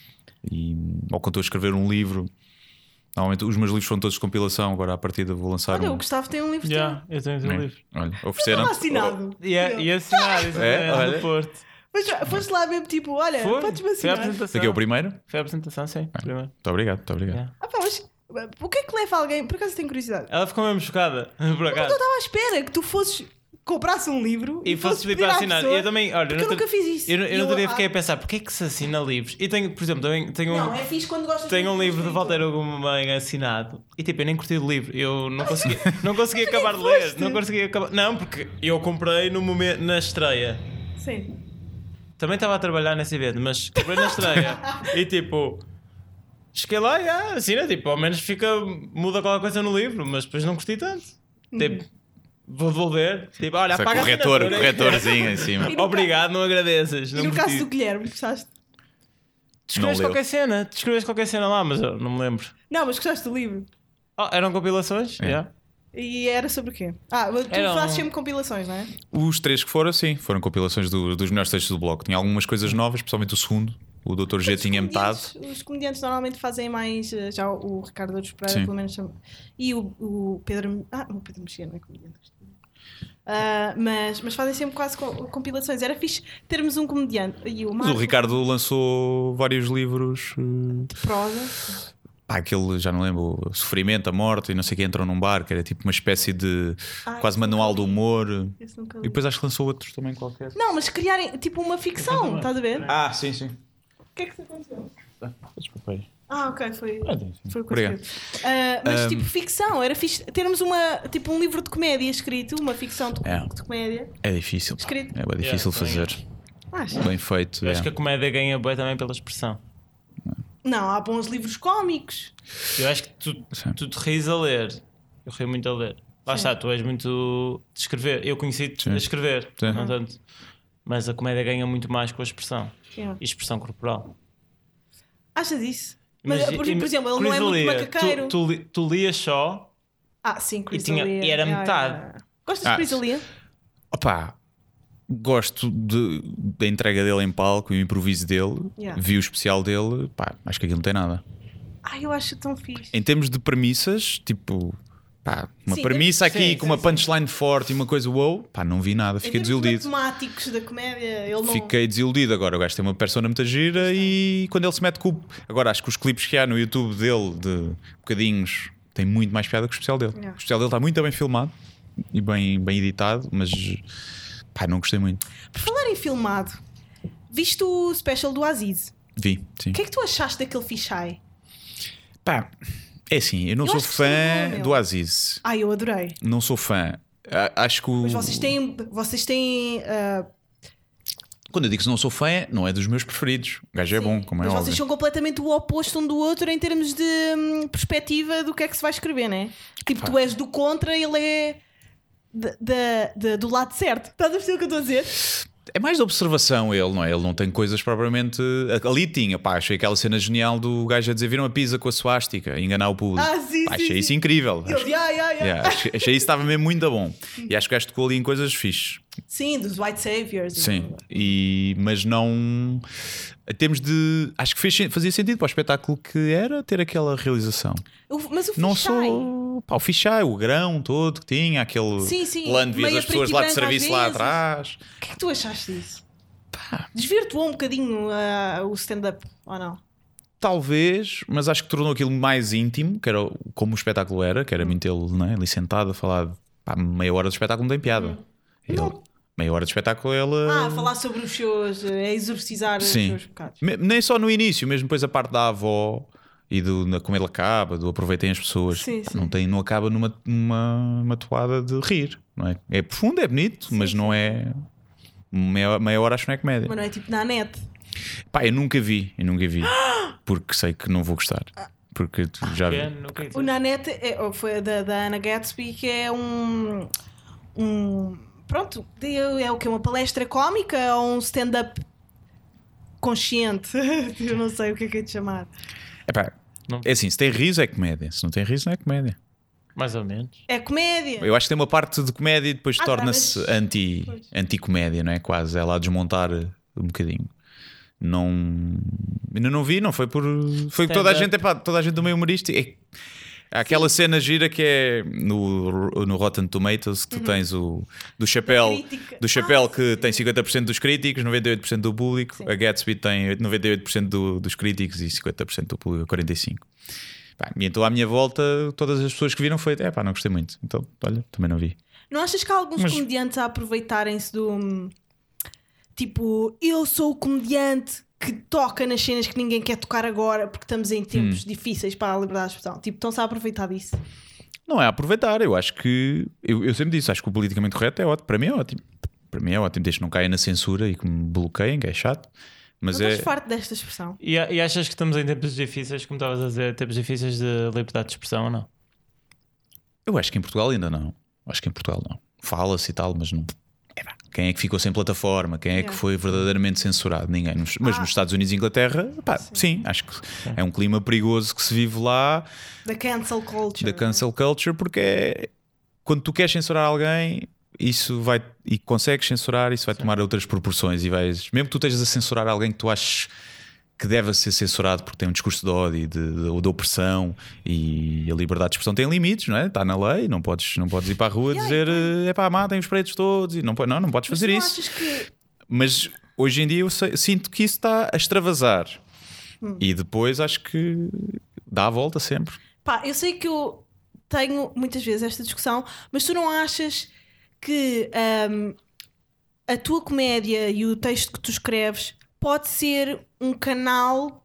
Ou quando estou a escrever um livro, normalmente os meus livros são todos de compilação. Agora à partida vou lançar. Olha, o Gustavo tem um livro. Eu tenho um livro. Olha, ofereceram. Assinado. E assinado, olha. no Porto. Mas foste lá mesmo, tipo, olha, podes-me Foi a assinar. apresentação. Esse aqui é o primeiro? Foi a apresentação, sim. Primeiro. Muito obrigado. Mas o que é que leva alguém? Por acaso tenho curiosidade. Ela ficou mesmo chocada, por Eu acaso. estava à espera que tu comprasse um livro E fosse pedir para assinar. pessoa, Eu também, olha, porque eu nunca fiz isso. Eu no outro dia fiquei a pensar, porque é que se assina livros? E tenho, por exemplo, também tenho Não, é fixe quando gostas tenho um de livro do Walter Hugo bem assinado. E tipo, eu nem curti o livro. Eu não consegui acabar de ler. Não consegui acabar. Não, porque eu comprei no momento, na estreia. Sim. Também estava a trabalhar nesse evento, mas comprei na estreia. E tipo, cheguei lá e assina, tipo, ao menos muda qualquer coisa no livro, mas depois não curti tanto. Tipo, vou devolver. Tipo, olha, Isso é apaga corretorzinho em cima. Obrigado, não agradeças. E no caso do Guilherme, gostaste? Descreveste qualquer cena lá, mas eu não me lembro. Não, mas gostaste do livro. Eram compilações? Yeah. E era sobre o quê? Tu fazes sempre compilações, não é? Os 3 que foram, sim, foram compilações dos melhores textos do blog. Tinha algumas coisas novas, principalmente o segundo. O Dr. G tinha metade. Os comediantes normalmente fazem mais. Já o Ricardo Douros Pereira, Sim. pelo menos. E o Pedro. O Pedro Mexia não é comediante. Mas fazem sempre quase compilações. Era fixe termos um comediante. E o Mas o Ricardo lançou vários livros. de prosa. Aquele, já não lembro, o Sofrimento, a Morte e não sei o que, entram num bar, que era tipo uma espécie de quase manual do humor. E depois acho que lançou outros também qualquer. Não, mas criarem tipo uma ficção, estás a ver? Sim. O que é que se aconteceu? Desculpa aí. Ok, foi o que Obrigado. mas tipo ficção, era fixe termos tipo um livro de comédia escrito, uma ficção de comédia. É difícil. Escrito. É bem difícil fazer. Bem feito. Eu acho que a comédia ganha bem também pela expressão. Não, há bons livros cómicos. Eu acho que tu te rires a ler. Eu rio muito a ler. Lá está, tu és muito de escrever. Eu conheci-te a escrever, não tanto. Mas a comédia ganha muito mais com a expressão. E expressão corporal. Achas isso? Mas, por exemplo, ele não é muito macaqueiro. Tu lias só. Sim, Chris D'Elia. E era metade. Gostas de Chris D'Elia? Opa, gosto da entrega dele em palco e o improviso dele. Vi o especial dele. Acho que aquilo não tem nada. Eu acho tão fixe. Em termos de premissas, tipo, uma sim, premissa aqui com uma punchline forte e uma coisa não vi nada, fiquei desiludido. Temáticos da comédia, ele não... Fiquei desiludido. Agora o gajo tem uma persona muito gira e quando ele se mete com agora acho que os clipes que há no YouTube dele de bocadinhos tem muito mais piada que o especial dele. O especial dele está muito bem filmado e bem editado, mas não gostei muito. Por falar em filmado, viste o special do Aziz? Vi, sim. O que é que tu achaste daquele fichai? É assim, eu não sou fã do Aziz. Eu adorei. Não sou fã. Acho que Mas vocês têm quando eu digo que não sou fã, não é dos meus preferidos. O gajo é bom, como é óbvio. Mas vocês são completamente o oposto um do outro em termos de perspectiva do que é que se vai escrever, não é? Tipo, tu és do contra e ele é do lado certo. Estás a perceber o que eu estou a dizer? É mais de observação ele, não é? Ele não tem coisas propriamente... Ali tinha, pá, achei aquela cena genial do gajo a dizer viram a pizza com a suástica, enganar o público. Sim, Pá, achei sim, isso incrível. Ele, Achei isso estava mesmo muito bom. E acho que o gajo tocou ali em coisas fixes. Sim, dos White Saviors. Sim, mas não... Em termos de... Acho que fazia sentido para o espetáculo que era ter aquela realização. Mas o Não Fisheye... só... Pá, o Fisheye, o grão todo que tinha, aquele plano de vias das pessoas lá de serviço lá atrás. O que é que tu achaste disso? Desvirtuou um bocadinho o stand-up, ou não? Talvez, mas acho que tornou aquilo mais íntimo, que era como o espetáculo era, que era muito ele, não é? Ali sentado a falar, pá, meia hora de espetáculo não tem piada. Meia hora de espetáculo ele... falar sobre os seus... exorcizar os seus pecados. Nem só no início, mesmo depois a parte da avó e como ele acaba, do aproveitem as pessoas. Sim. Não acaba numa toada de rir, não é? É profundo, é bonito, mas não é... Meia hora acho que não é comédia. Mas não é tipo na net. Pá, eu nunca vi. Porque sei que não vou gostar. Porque tu já vi. O Nanette foi da Anna Gatsby, que é pronto, é o que? Uma palestra cómica ou um stand-up consciente? Eu não sei o que é de chamar. É assim, se tem riso é comédia. Se não tem riso não é comédia. Mais ou menos. É comédia. Eu acho que tem uma parte de comédia e depois torna-se anti-comédia, não é? Quase. É lá desmontar um bocadinho. Ainda não vi, não foi por. Foi que toda a gente do meio humorístico. Há aquela cena gira que é no Rotten Tomatoes que tu tens do chapéu que tem 50% dos críticos, 98% do público. Sim. A Gatsby tem 98% dos críticos e 50% do público, 45%. E então à minha volta todas as pessoas que viram foi não gostei muito. Então, olha, também não vi. Não achas que há alguns comediantes a aproveitarem-se do tipo, eu sou o comediante que toca nas cenas que ninguém quer tocar agora porque estamos em tempos difíceis para a liberdade de expressão? Tipo, estão-se a aproveitar disso? Não é a aproveitar, eu acho que eu sempre disse, acho que o politicamente correto é ótimo. Para mim é ótimo. Desde que não caia na censura e que me bloqueiem, que é chato. Mas não estás farto desta expressão? E achas que estamos em tempos difíceis, como estavas a dizer, tempos difíceis de liberdade de expressão ou não? Eu acho que em Portugal ainda não. Fala-se e tal, mas não. Quem é que ficou sem plataforma? Quem é que foi verdadeiramente censurado? Ninguém. Mas nos Estados Unidos e Inglaterra, sim, acho que é um clima perigoso que se vive lá. Da cancel culture. Porque quando tu queres censurar alguém, isso vai, e consegues censurar, isso vai tomar outras proporções e vais, mesmo que tu estejas a censurar alguém que tu achas que deve ser censurado porque tem um discurso de ódio de opressão, e a liberdade de expressão tem limites, não é? Está na lei, não podes ir para a rua dizer matem os pretos todos e não podes fazer isso. Mas hoje em dia eu sinto que isso está a extravasar e depois acho que dá a volta sempre. Eu sei que eu tenho muitas vezes esta discussão, mas tu não achas que a tua comédia e o texto que tu escreves pode ser um canal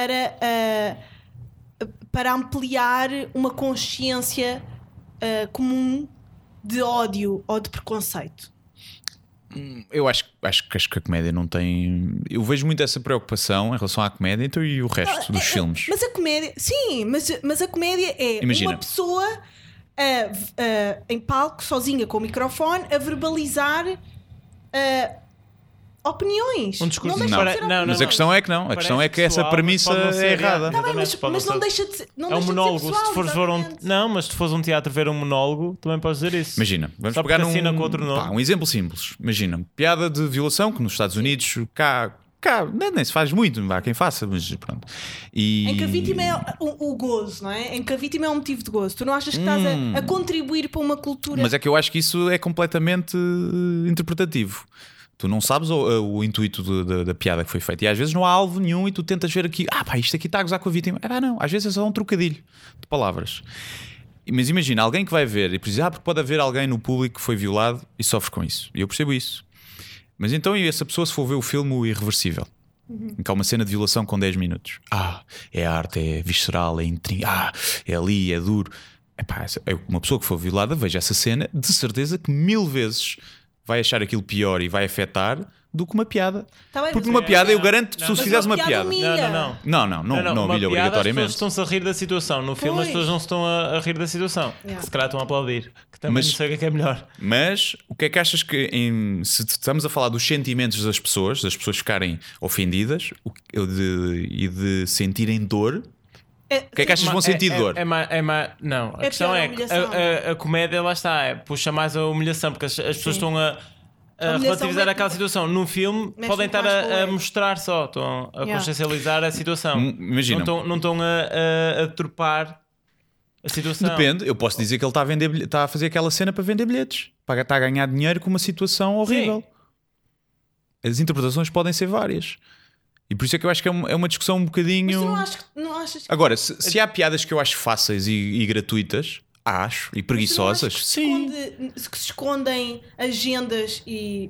para ampliar uma consciência comum de ódio ou de preconceito? Eu acho que a comédia não tem... Eu vejo muito essa preocupação em relação à comédia, então, e o resto dos filmes. Mas a comédia... Sim, mas a comédia é uma pessoa em palco, sozinha com o microfone, a verbalizar opiniões. Um discurso mas a questão é que não. A questão é que essa premissa é errada. Mas não deixa de ser. É um monólogo. Mas se tu fores um teatro ver um monólogo, também podes dizer isso. Imagina, vamos pegar um exemplo simples. Imagina, piada de violação que nos Estados Unidos cá nem se faz muito, há quem faça, mas pronto. Em que a vítima é o gozo, não é? Em que a vítima é um motivo de gozo. Tu não achas que estás a contribuir para uma cultura? Mas é que eu acho que isso é completamente interpretativo. Tu não sabes o intuito da piada que foi feita. E às vezes não há alvo nenhum e tu tentas ver aqui, isto aqui está a gozar com a vítima. Não, às vezes é só um trocadilho de palavras. Mas imagina, alguém que vai ver e diz, porque pode haver alguém no público que foi violado e sofre com isso. E eu percebo isso. Mas então, e essa pessoa, se for ver o filme O Irreversível, em que há uma cena de violação com 10 minutos, é arte, é visceral, é é ali, é duro. Uma pessoa que for violada, veja essa cena, de certeza que 1000 vezes vai achar aquilo pior e vai afetar do que uma piada. Tá bem, Porque mas numa piada eu garanto que se tu Mas fizeres uma uma piada piada. humilha. Não uma humilha piada, as obrigatoriamente. pessoas estão-se a rir da situação. No filme as Pois. pessoas não se estão a rir da situação. Yeah. Se calhar estão a aplaudir. Que também Mas- não sei o que é melhor. Mas o que é que achas que se estamos a falar dos sentimentos das pessoas ficarem ofendidas e de sentirem dor, o que é que achas que vão sentir dor? Não, a É questão pior a é que humilhação. a comédia lá está, puxa mais a humilhação, porque as pessoas estão a humilhação relativizar mete- aquela situação. Num filme mexe podem muito estar mais com o a ego. mostrar só, estão a Yeah. consciencializar a situação. Imagina. Não estão a deturpar a situação. Depende, eu posso dizer que ele está a fazer aquela cena para vender bilhetes, está a ganhar dinheiro com uma situação horrível. As interpretações podem ser várias. E por isso é que eu acho que é uma discussão um Mas bocadinho. tu não achas que. Agora, se há piadas que eu acho fáceis e gratuitas, acho, e preguiçosas, Mas tu sim. não achas que se escondem agendas e.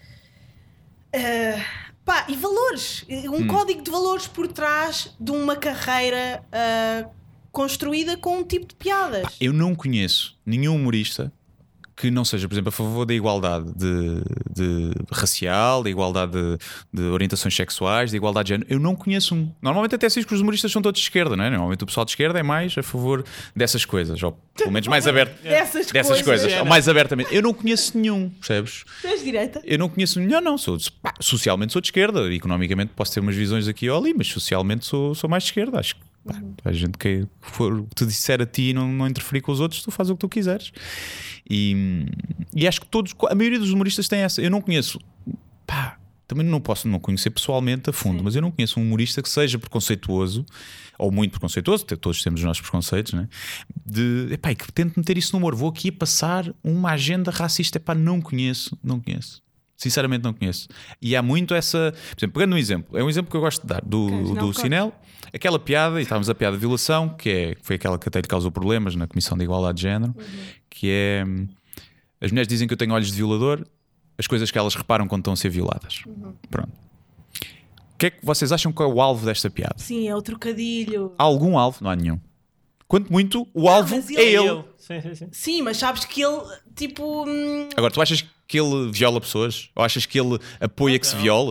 E valores. Código de valores por trás de uma carreira construída com um tipo de piadas. Eu não conheço nenhum humorista que não seja, por exemplo, a favor da igualdade de racial, da igualdade de orientações sexuais, da igualdade de género. Eu não conheço um. Normalmente até sei que os humoristas são todos de esquerda, não é? Normalmente o pessoal de esquerda é mais a favor dessas coisas, ou pelo menos mais aberto. Dessas coisas, É, ou mais abertamente. Eu não conheço nenhum, percebes? Tu és direita? Eu não conheço nenhum, não. Socialmente sou de esquerda, economicamente posso ter umas visões aqui ou ali, mas socialmente sou mais de esquerda. Acho que a gente que for o que te disser a ti não interferir com os outros, tu fazes o que tu quiseres. E acho que a maioria dos humoristas tem essa. Eu não conheço, também não posso não conhecer pessoalmente a fundo, mas eu não conheço um humorista que seja preconceituoso ou muito preconceituoso, todos temos os nossos preconceitos, né? E que tente meter isso no humor. Vou aqui a passar uma agenda racista. Não conheço. Sinceramente não conheço. E há muito essa. Por exemplo, pegando um exemplo, é um exemplo que eu gosto de dar do Cinel, aquela piada, e estávamos a piada de violação, que foi aquela que até lhe causou problemas na Comissão de Igualdade de Género, que é as mulheres dizem que eu tenho olhos de violador, as coisas que elas reparam quando estão a ser violadas. Pronto. O que é que vocês acham que é o alvo desta piada? Sim, é o trocadilho. Há algum alvo? Não há nenhum. Quanto muito, o alvo mas é ele. Sim. Sim, mas sabes que ele, tipo. Agora, tu achas que ele viola pessoas? Ou achas que ele apoia que se viole?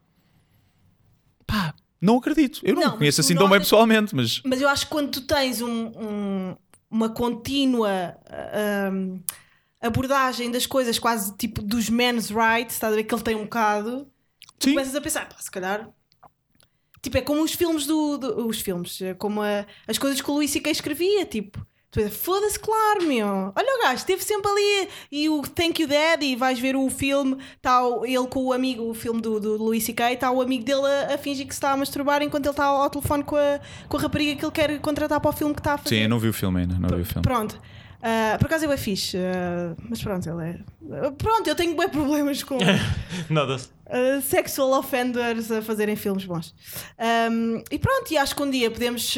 Não acredito. Eu não Não, conheço mas tu assim tão bem notas- pessoalmente, mas Mas eu acho que quando tu tens uma contínua abordagem das coisas, quase tipo dos men's rights, estás a ver que ele tem um bocado, tu sim. começas a pensar, se calhar. Tipo, é como os filmes os filmes, é como as coisas que o Luís C.K. escrevia, tipo, tu pensas, foda-se, claro, meu. Olha o gajo, esteve sempre ali e o Thank You Daddy, e vais ver o filme, está ele com o amigo, o filme do Luís C.K., está o amigo dele a fingir que se está a masturbar enquanto ele está ao telefone com a rapariga que ele quer contratar para o filme que está a fazer. Sim, eu não vi o filme ainda. Não vi o filme. Pronto. Por acaso ele é fixe, mas pronto, ele é. Pronto, eu tenho bem problemas com Nada-se. sexual offenders a fazerem filmes bons. E pronto, e acho que um dia podemos.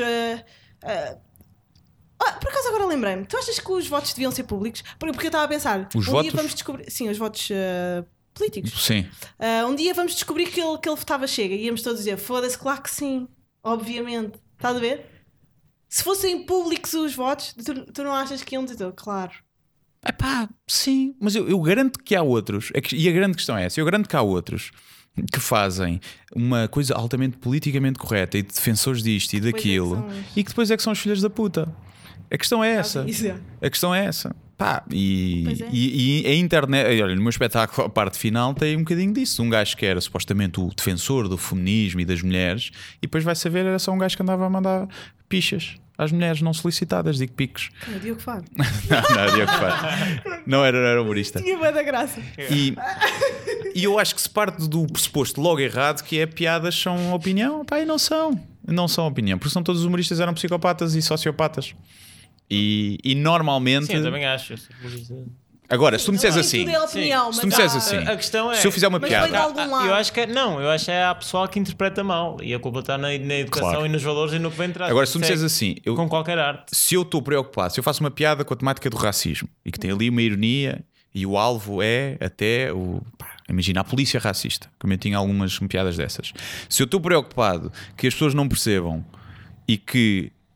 Por acaso agora lembrei-me, tu achas que os votos deviam ser públicos? Porque eu estava a pensar, Os um votos? dia vamos descobrir. Sim, os votos políticos. Sim. Um dia vamos descobrir que ele votava Chega e íamos todos dizer: foda-se, claro que sim, obviamente. Estás a ver? Se fossem públicos os votos, tu não achas que iam dizer? Claro. Sim, mas eu garanto que há outros. E a grande questão é essa: eu garanto que há outros que fazem uma coisa altamente politicamente correta e defensores disto e Depois é que daquilo, são e que depois é que são os filhos da puta. A questão é essa. Isso é. A questão é essa. Pois é. E a internet, olha, no meu espetáculo, a parte final tem um bocadinho disso. Um gajo que era supostamente o defensor do feminismo e das mulheres, e depois vai saber, era só um gajo que andava a mandar pichas às mulheres não solicitadas, digo picos. É o Diogo Faro. Não era Diogo Faro. Não era humorista. Tinha bem da graça. E eu acho que se parte do pressuposto logo errado, que é piadas são opinião, e não são. Não são opinião, porque são todos os humoristas eram psicopatas e sociopatas. E normalmente. Sim, eu também acho. Agora, se tu me disseres Nem assim, tudo é opinião, se tu me mas disseres há- assim, A questão é. se eu fizer uma Mas piada, vem de algum lado. Eu acho que é a pessoal que interpreta mal e a culpa está na educação Claro. e nos valores e no que vem atrás. agora se tu me Segue disseres assim, com qualquer arte. se eu estou preocupado, se eu faço uma piada com a temática do racismo e que tem ali uma ironia e o alvo é até imagina a polícia racista, como eu tinha algumas piadas dessas. Se eu estou preocupado que as pessoas não percebam e que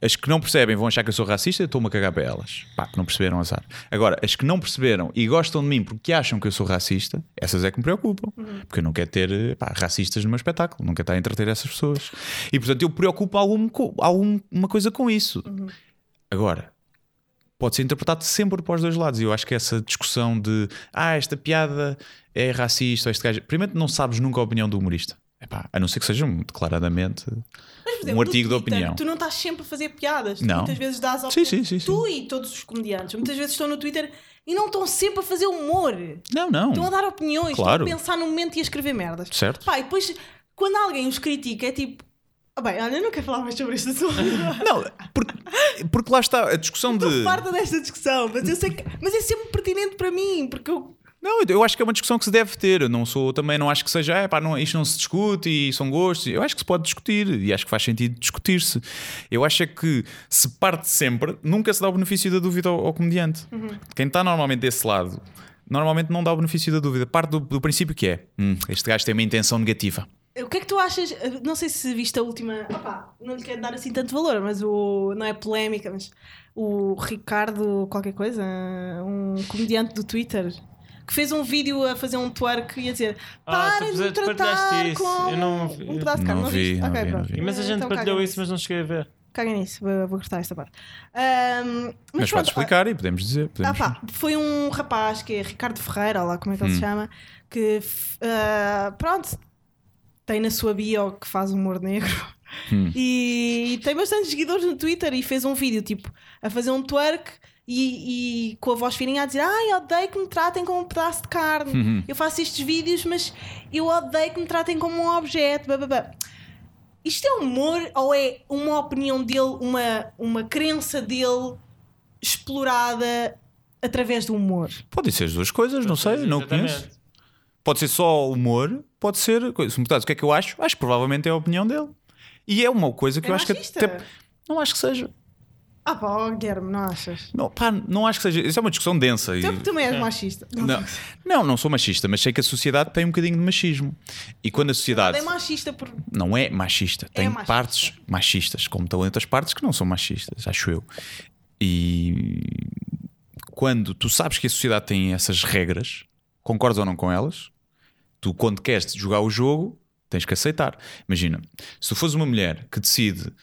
As que não percebem vão achar que eu sou racista, eu estou-me a cagar para elas. Pá, que não perceberam, azar. Agora, as que não perceberam e gostam de mim porque acham que eu sou racista, essas é que me preocupam. Porque eu não quero ter racistas no meu espetáculo, não quero estar a entreter essas pessoas. E portanto eu preocupo alguma coisa com isso. Agora, pode ser interpretado sempre para os dois lados. E eu acho que essa discussão de esta piada é racista, ou este gajo... Primeiro, não sabes nunca a opinião do humorista. Epá, a não ser que seja declaradamente Mas, por exemplo, um artigo no de Twitter, opinião. Tu não estás sempre a fazer piadas. Tu Não. muitas vezes dás Sim. Tu e todos os comediantes muitas vezes estão no Twitter e não estão sempre a fazer humor. Não. Estão a dar opiniões, Claro. estão a pensar no momento e a escrever merdas. Certo. Pá, e depois, quando alguém os critica, é tipo... bem, olha, eu não quero falar mais sobre este assunto. Não, porque lá está a discussão de... Estou farta desta discussão, mas eu sei que... Mas é sempre pertinente para mim, porque eu... Não, eu acho que é uma discussão que se deve ter. Eu também não acho que seja isto não se discute e são gostos. Eu acho que se pode discutir e acho que faz sentido discutir-se. Eu acho é que se parte sempre, nunca se dá o benefício da dúvida ao comediante. Quem está normalmente desse lado, normalmente não dá o benefício da dúvida. Parte do princípio que é este gajo tem uma intenção negativa. O que é que tu achas? Não sei se viste a última. Opá, não lhe quero dar assim tanto valor, mas não é polémica, mas o Ricardo, qualquer coisa, um comediante do Twitter, que fez um vídeo a fazer um twerk e a dizer parem de me tratar com um pedaço de carne. Não vi. Imensa gente partilhou isso, mas não cheguei a ver. Caguem nisso, vou cortar esta parte. Mas pode explicar e podemos dizer. Foi um rapaz que é Ricardo Ferreira, lá como é que ele se chama, que pronto, tem na sua bio que faz humor negro e tem bastantes seguidores no Twitter e fez um vídeo tipo a fazer um twerk e com a voz fininha a dizer odeio que me tratem como um pedaço de carne, eu faço estes vídeos mas eu odeio que me tratem como um objeto, bababá. Isto é humor ou é uma opinião dele, uma crença dele explorada através do humor? Podem ser as duas coisas, não sei, não conheço. Pode ser só humor, pode ser. Se me perguntares o que é que eu acho que provavelmente é a opinião dele. E é uma coisa que eu acho que até. Não acho que seja. Guilherme, não achas? Não acho que seja. Isso é uma discussão densa. Tu também és machista. Não sou machista, mas sei que a sociedade tem um bocadinho de machismo. E quando a sociedade. Não é machista por. Não é machista. Tem machista. Partes machistas, como estão outras partes que não são machistas, acho eu. E quando tu sabes que a sociedade tem essas regras, concordas ou não com elas, tu quando queres jogar o jogo tens que aceitar. Imagina, se tu fores uma mulher que decide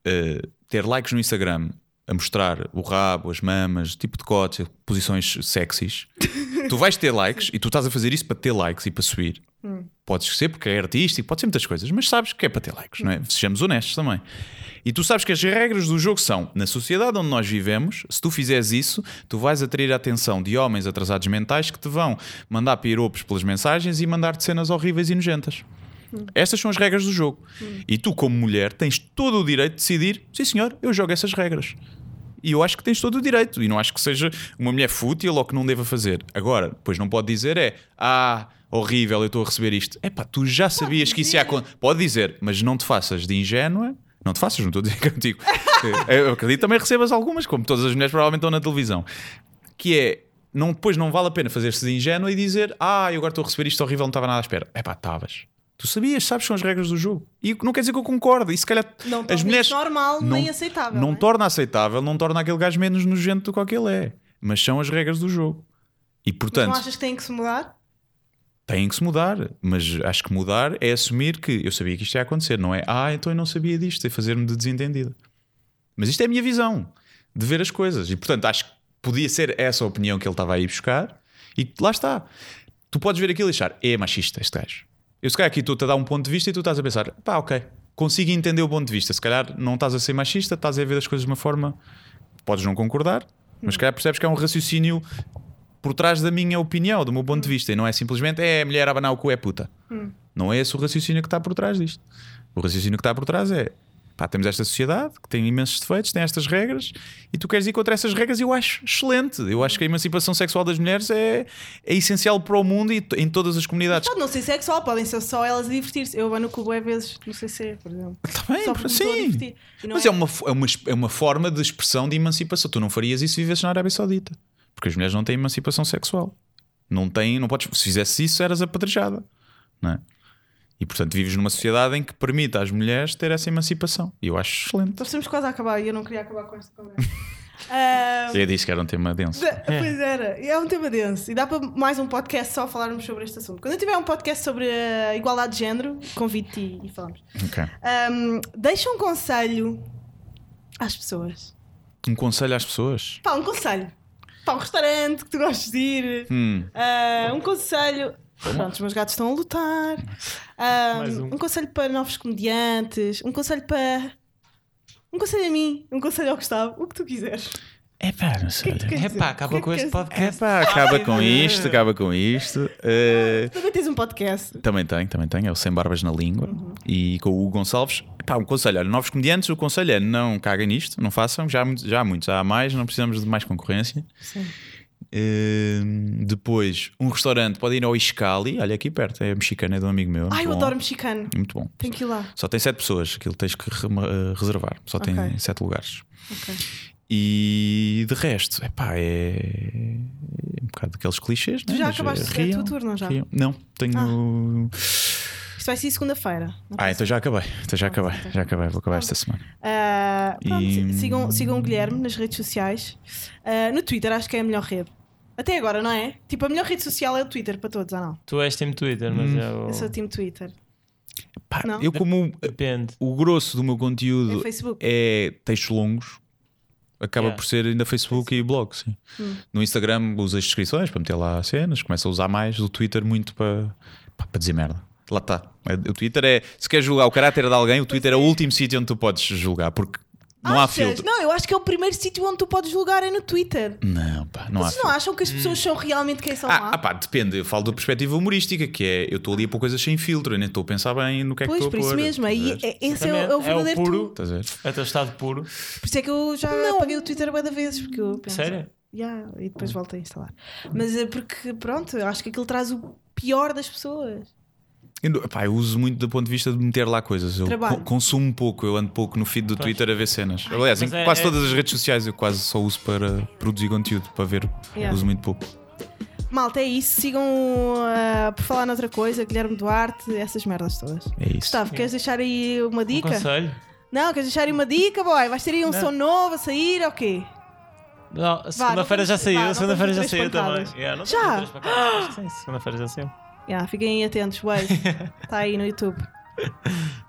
ter likes no Instagram a mostrar o rabo, as mamas, tipo de cotes, posições sexys, tu vais ter likes e tu estás a fazer isso para ter likes e para subir. Podes ser porque é artístico, pode ser muitas coisas, mas sabes que é para ter likes, não é? Sejamos honestos também. E tu sabes que as regras do jogo são, na sociedade onde nós vivemos, se tu fizeres isso, tu vais atrair a atenção de homens atrasados mentais que te vão mandar piropos pelas mensagens e mandar-te cenas horríveis e nojentas. Estas são as regras do jogo. E tu, como mulher, tens todo o direito de decidir, sim senhor, eu jogo essas regras. E eu acho que tens todo o direito. E não acho que seja uma mulher fútil ou que não deva fazer. Agora, depois não pode dizer horrível, eu estou a receber isto. Tu já sabias que isso ia acontecer. Pode dizer, mas não te faças de ingênua. Não te faças, não estou a dizer contigo. Eu acredito que também recebas algumas, como todas as mulheres provavelmente estão na televisão. Que é, depois não vale a pena fazer-se de ingênua e dizer eu agora estou a receber isto horrível, não estava nada à espera. Estavas. Tu sabias, sabes que são as regras do jogo. E não quer dizer que eu concordo. E se calhar não as mulheres normal nem aceitável. Não torna aceitável, não torna aquele gajo menos nojento do que ele é. Mas são as regras do jogo. E portanto. Mas não achas que têm que se mudar? Têm que se mudar. Mas acho que mudar é assumir que eu sabia que isto ia acontecer. Não é então eu não sabia disto e fazer-me de desentendida. Mas isto é a minha visão de ver as coisas. E portanto acho que podia ser essa a opinião que ele estava aí buscar. E lá está. Tu podes ver aquilo e achar é machista este gajo. Eu se calhar aqui estou-te a dar um ponto de vista e tu estás a pensar ok, consigo entender o ponto de vista. Se calhar não estás a ser machista, estás a ver as coisas de uma forma, podes não concordar, mas se calhar percebes que é um raciocínio por trás da minha opinião, do meu ponto de vista, e não é simplesmente a mulher a abanar o cu é puta. Não é esse o raciocínio que está por trás disto. O raciocínio que está por trás é temos esta sociedade que tem imensos defeitos, tem estas regras e tu queres ir contra essas regras e eu acho excelente. Eu acho que a emancipação sexual das mulheres é essencial para o mundo e em todas as comunidades. Pode não ser sexual, podem ser só elas a divertir-se. Eu vou no cubo vezes no CC, por exemplo. Também, sim. Mas é uma forma de expressão de emancipação. Tu não farias isso se vivesses na Arábia Saudita, porque as mulheres não têm emancipação sexual. Não podes, se fizesse isso eras apedrejada, não é? E portanto vives numa sociedade em que permite às mulheres ter essa emancipação. E eu acho excelente. Nós estamos quase a acabar e eu não queria acabar com esta conversa. Eu disse que era um tema denso. Pois era, é um tema denso. E dá para mais um podcast só falarmos sobre este assunto. Quando eu tiver um podcast sobre a igualdade de género, convido-te e falamos. Ok. Deixa um conselho às pessoas. Um conselho às pessoas? Pá, um conselho. Pá, um restaurante que tu gostes de ir. Um conselho. Pronto, os meus gatos estão a lutar. Um conselho para novos comediantes. Um conselho para. Um conselho a mim. Um conselho ao Gustavo. O que tu quiseres. É pá, não sei. Acaba com este podcast. Acaba com isto, acaba com isto. Também tens um podcast. Também tenho. É o Sem Barbas na Língua. E com o Hugo Gonçalves. Pá, um conselho. Olha, novos comediantes, o conselho é não caguem nisto, não façam. Já há muitos, há mais, não precisamos de mais concorrência. Sim. Depois, um restaurante pode ir ao Iscali. Olha, aqui perto, é mexicano, é de um amigo meu. Ai, eu adoro mexicano. Muito bom. Tenho que ir lá. Só tem 7 pessoas, aquilo tens que reservar. Só tem 7 lugares. Ok. E de resto, é um bocado daqueles clichês. Tu já acabaste a tua tour, não já? Não, tenho. Isto vai ser segunda-feira. Então já acabei. Já acabei, vou acabar esta semana. Pronto, sigam o Guilherme nas redes sociais. No Twitter acho que é a melhor rede. Até agora, não é? Tipo, a melhor rede social é o Twitter para todos, ou não? Tu és time Twitter, mas eu sou time Twitter. Pá, não? eu como depende. O grosso do meu conteúdo é textos longos. Acaba por ser ainda Facebook e blog, sim. No Instagram uso as descrições para meter lá cenas, começo a usar mais o Twitter muito para dizer merda. Lá está. O Twitter é, se queres julgar o caráter de alguém, o Twitter é o último sítio onde tu podes julgar, porque não há filtro. Não, eu acho que é o primeiro sítio onde tu podes julgar é no Twitter. Não, pá, não há filtro. Vocês não acham que as pessoas são realmente quem são lá? Pá, depende. Eu falo da perspectiva humorística, que é eu estou ali a pôr coisas sem filtro, eu nem estou a pensar bem no que é que estou a pôr. Pois, por isso mesmo. Aí, esse é o verdadeiro puro. tu. É o teu estado puro. Por isso é que eu já apaguei o Twitter bué de vezes. Porque eu penso, sério? E depois volto a instalar. Mas é porque, pronto, eu acho que aquilo traz o pior das pessoas. Eu uso muito do ponto de vista de meter lá coisas. Eu consumo pouco, eu ando pouco no feed do Twitter a ver cenas. Aliás, em quase todas as redes sociais eu quase só uso para produzir conteúdo, para ver. Uso muito pouco. Malta, é isso. Sigam por falar noutra coisa, Guilherme Duarte, essas merdas todas. É isso. Gustavo, queres deixar aí uma dica? Um conselho? Não, queres deixar aí uma dica, boy? Vais ter aí um som novo a sair ou quê? Não, segunda-feira já saiu. Segunda-feira já saiu também. Já? Segunda-feira já saiu. Fiquem atentos, beijo. Está aí no YouTube.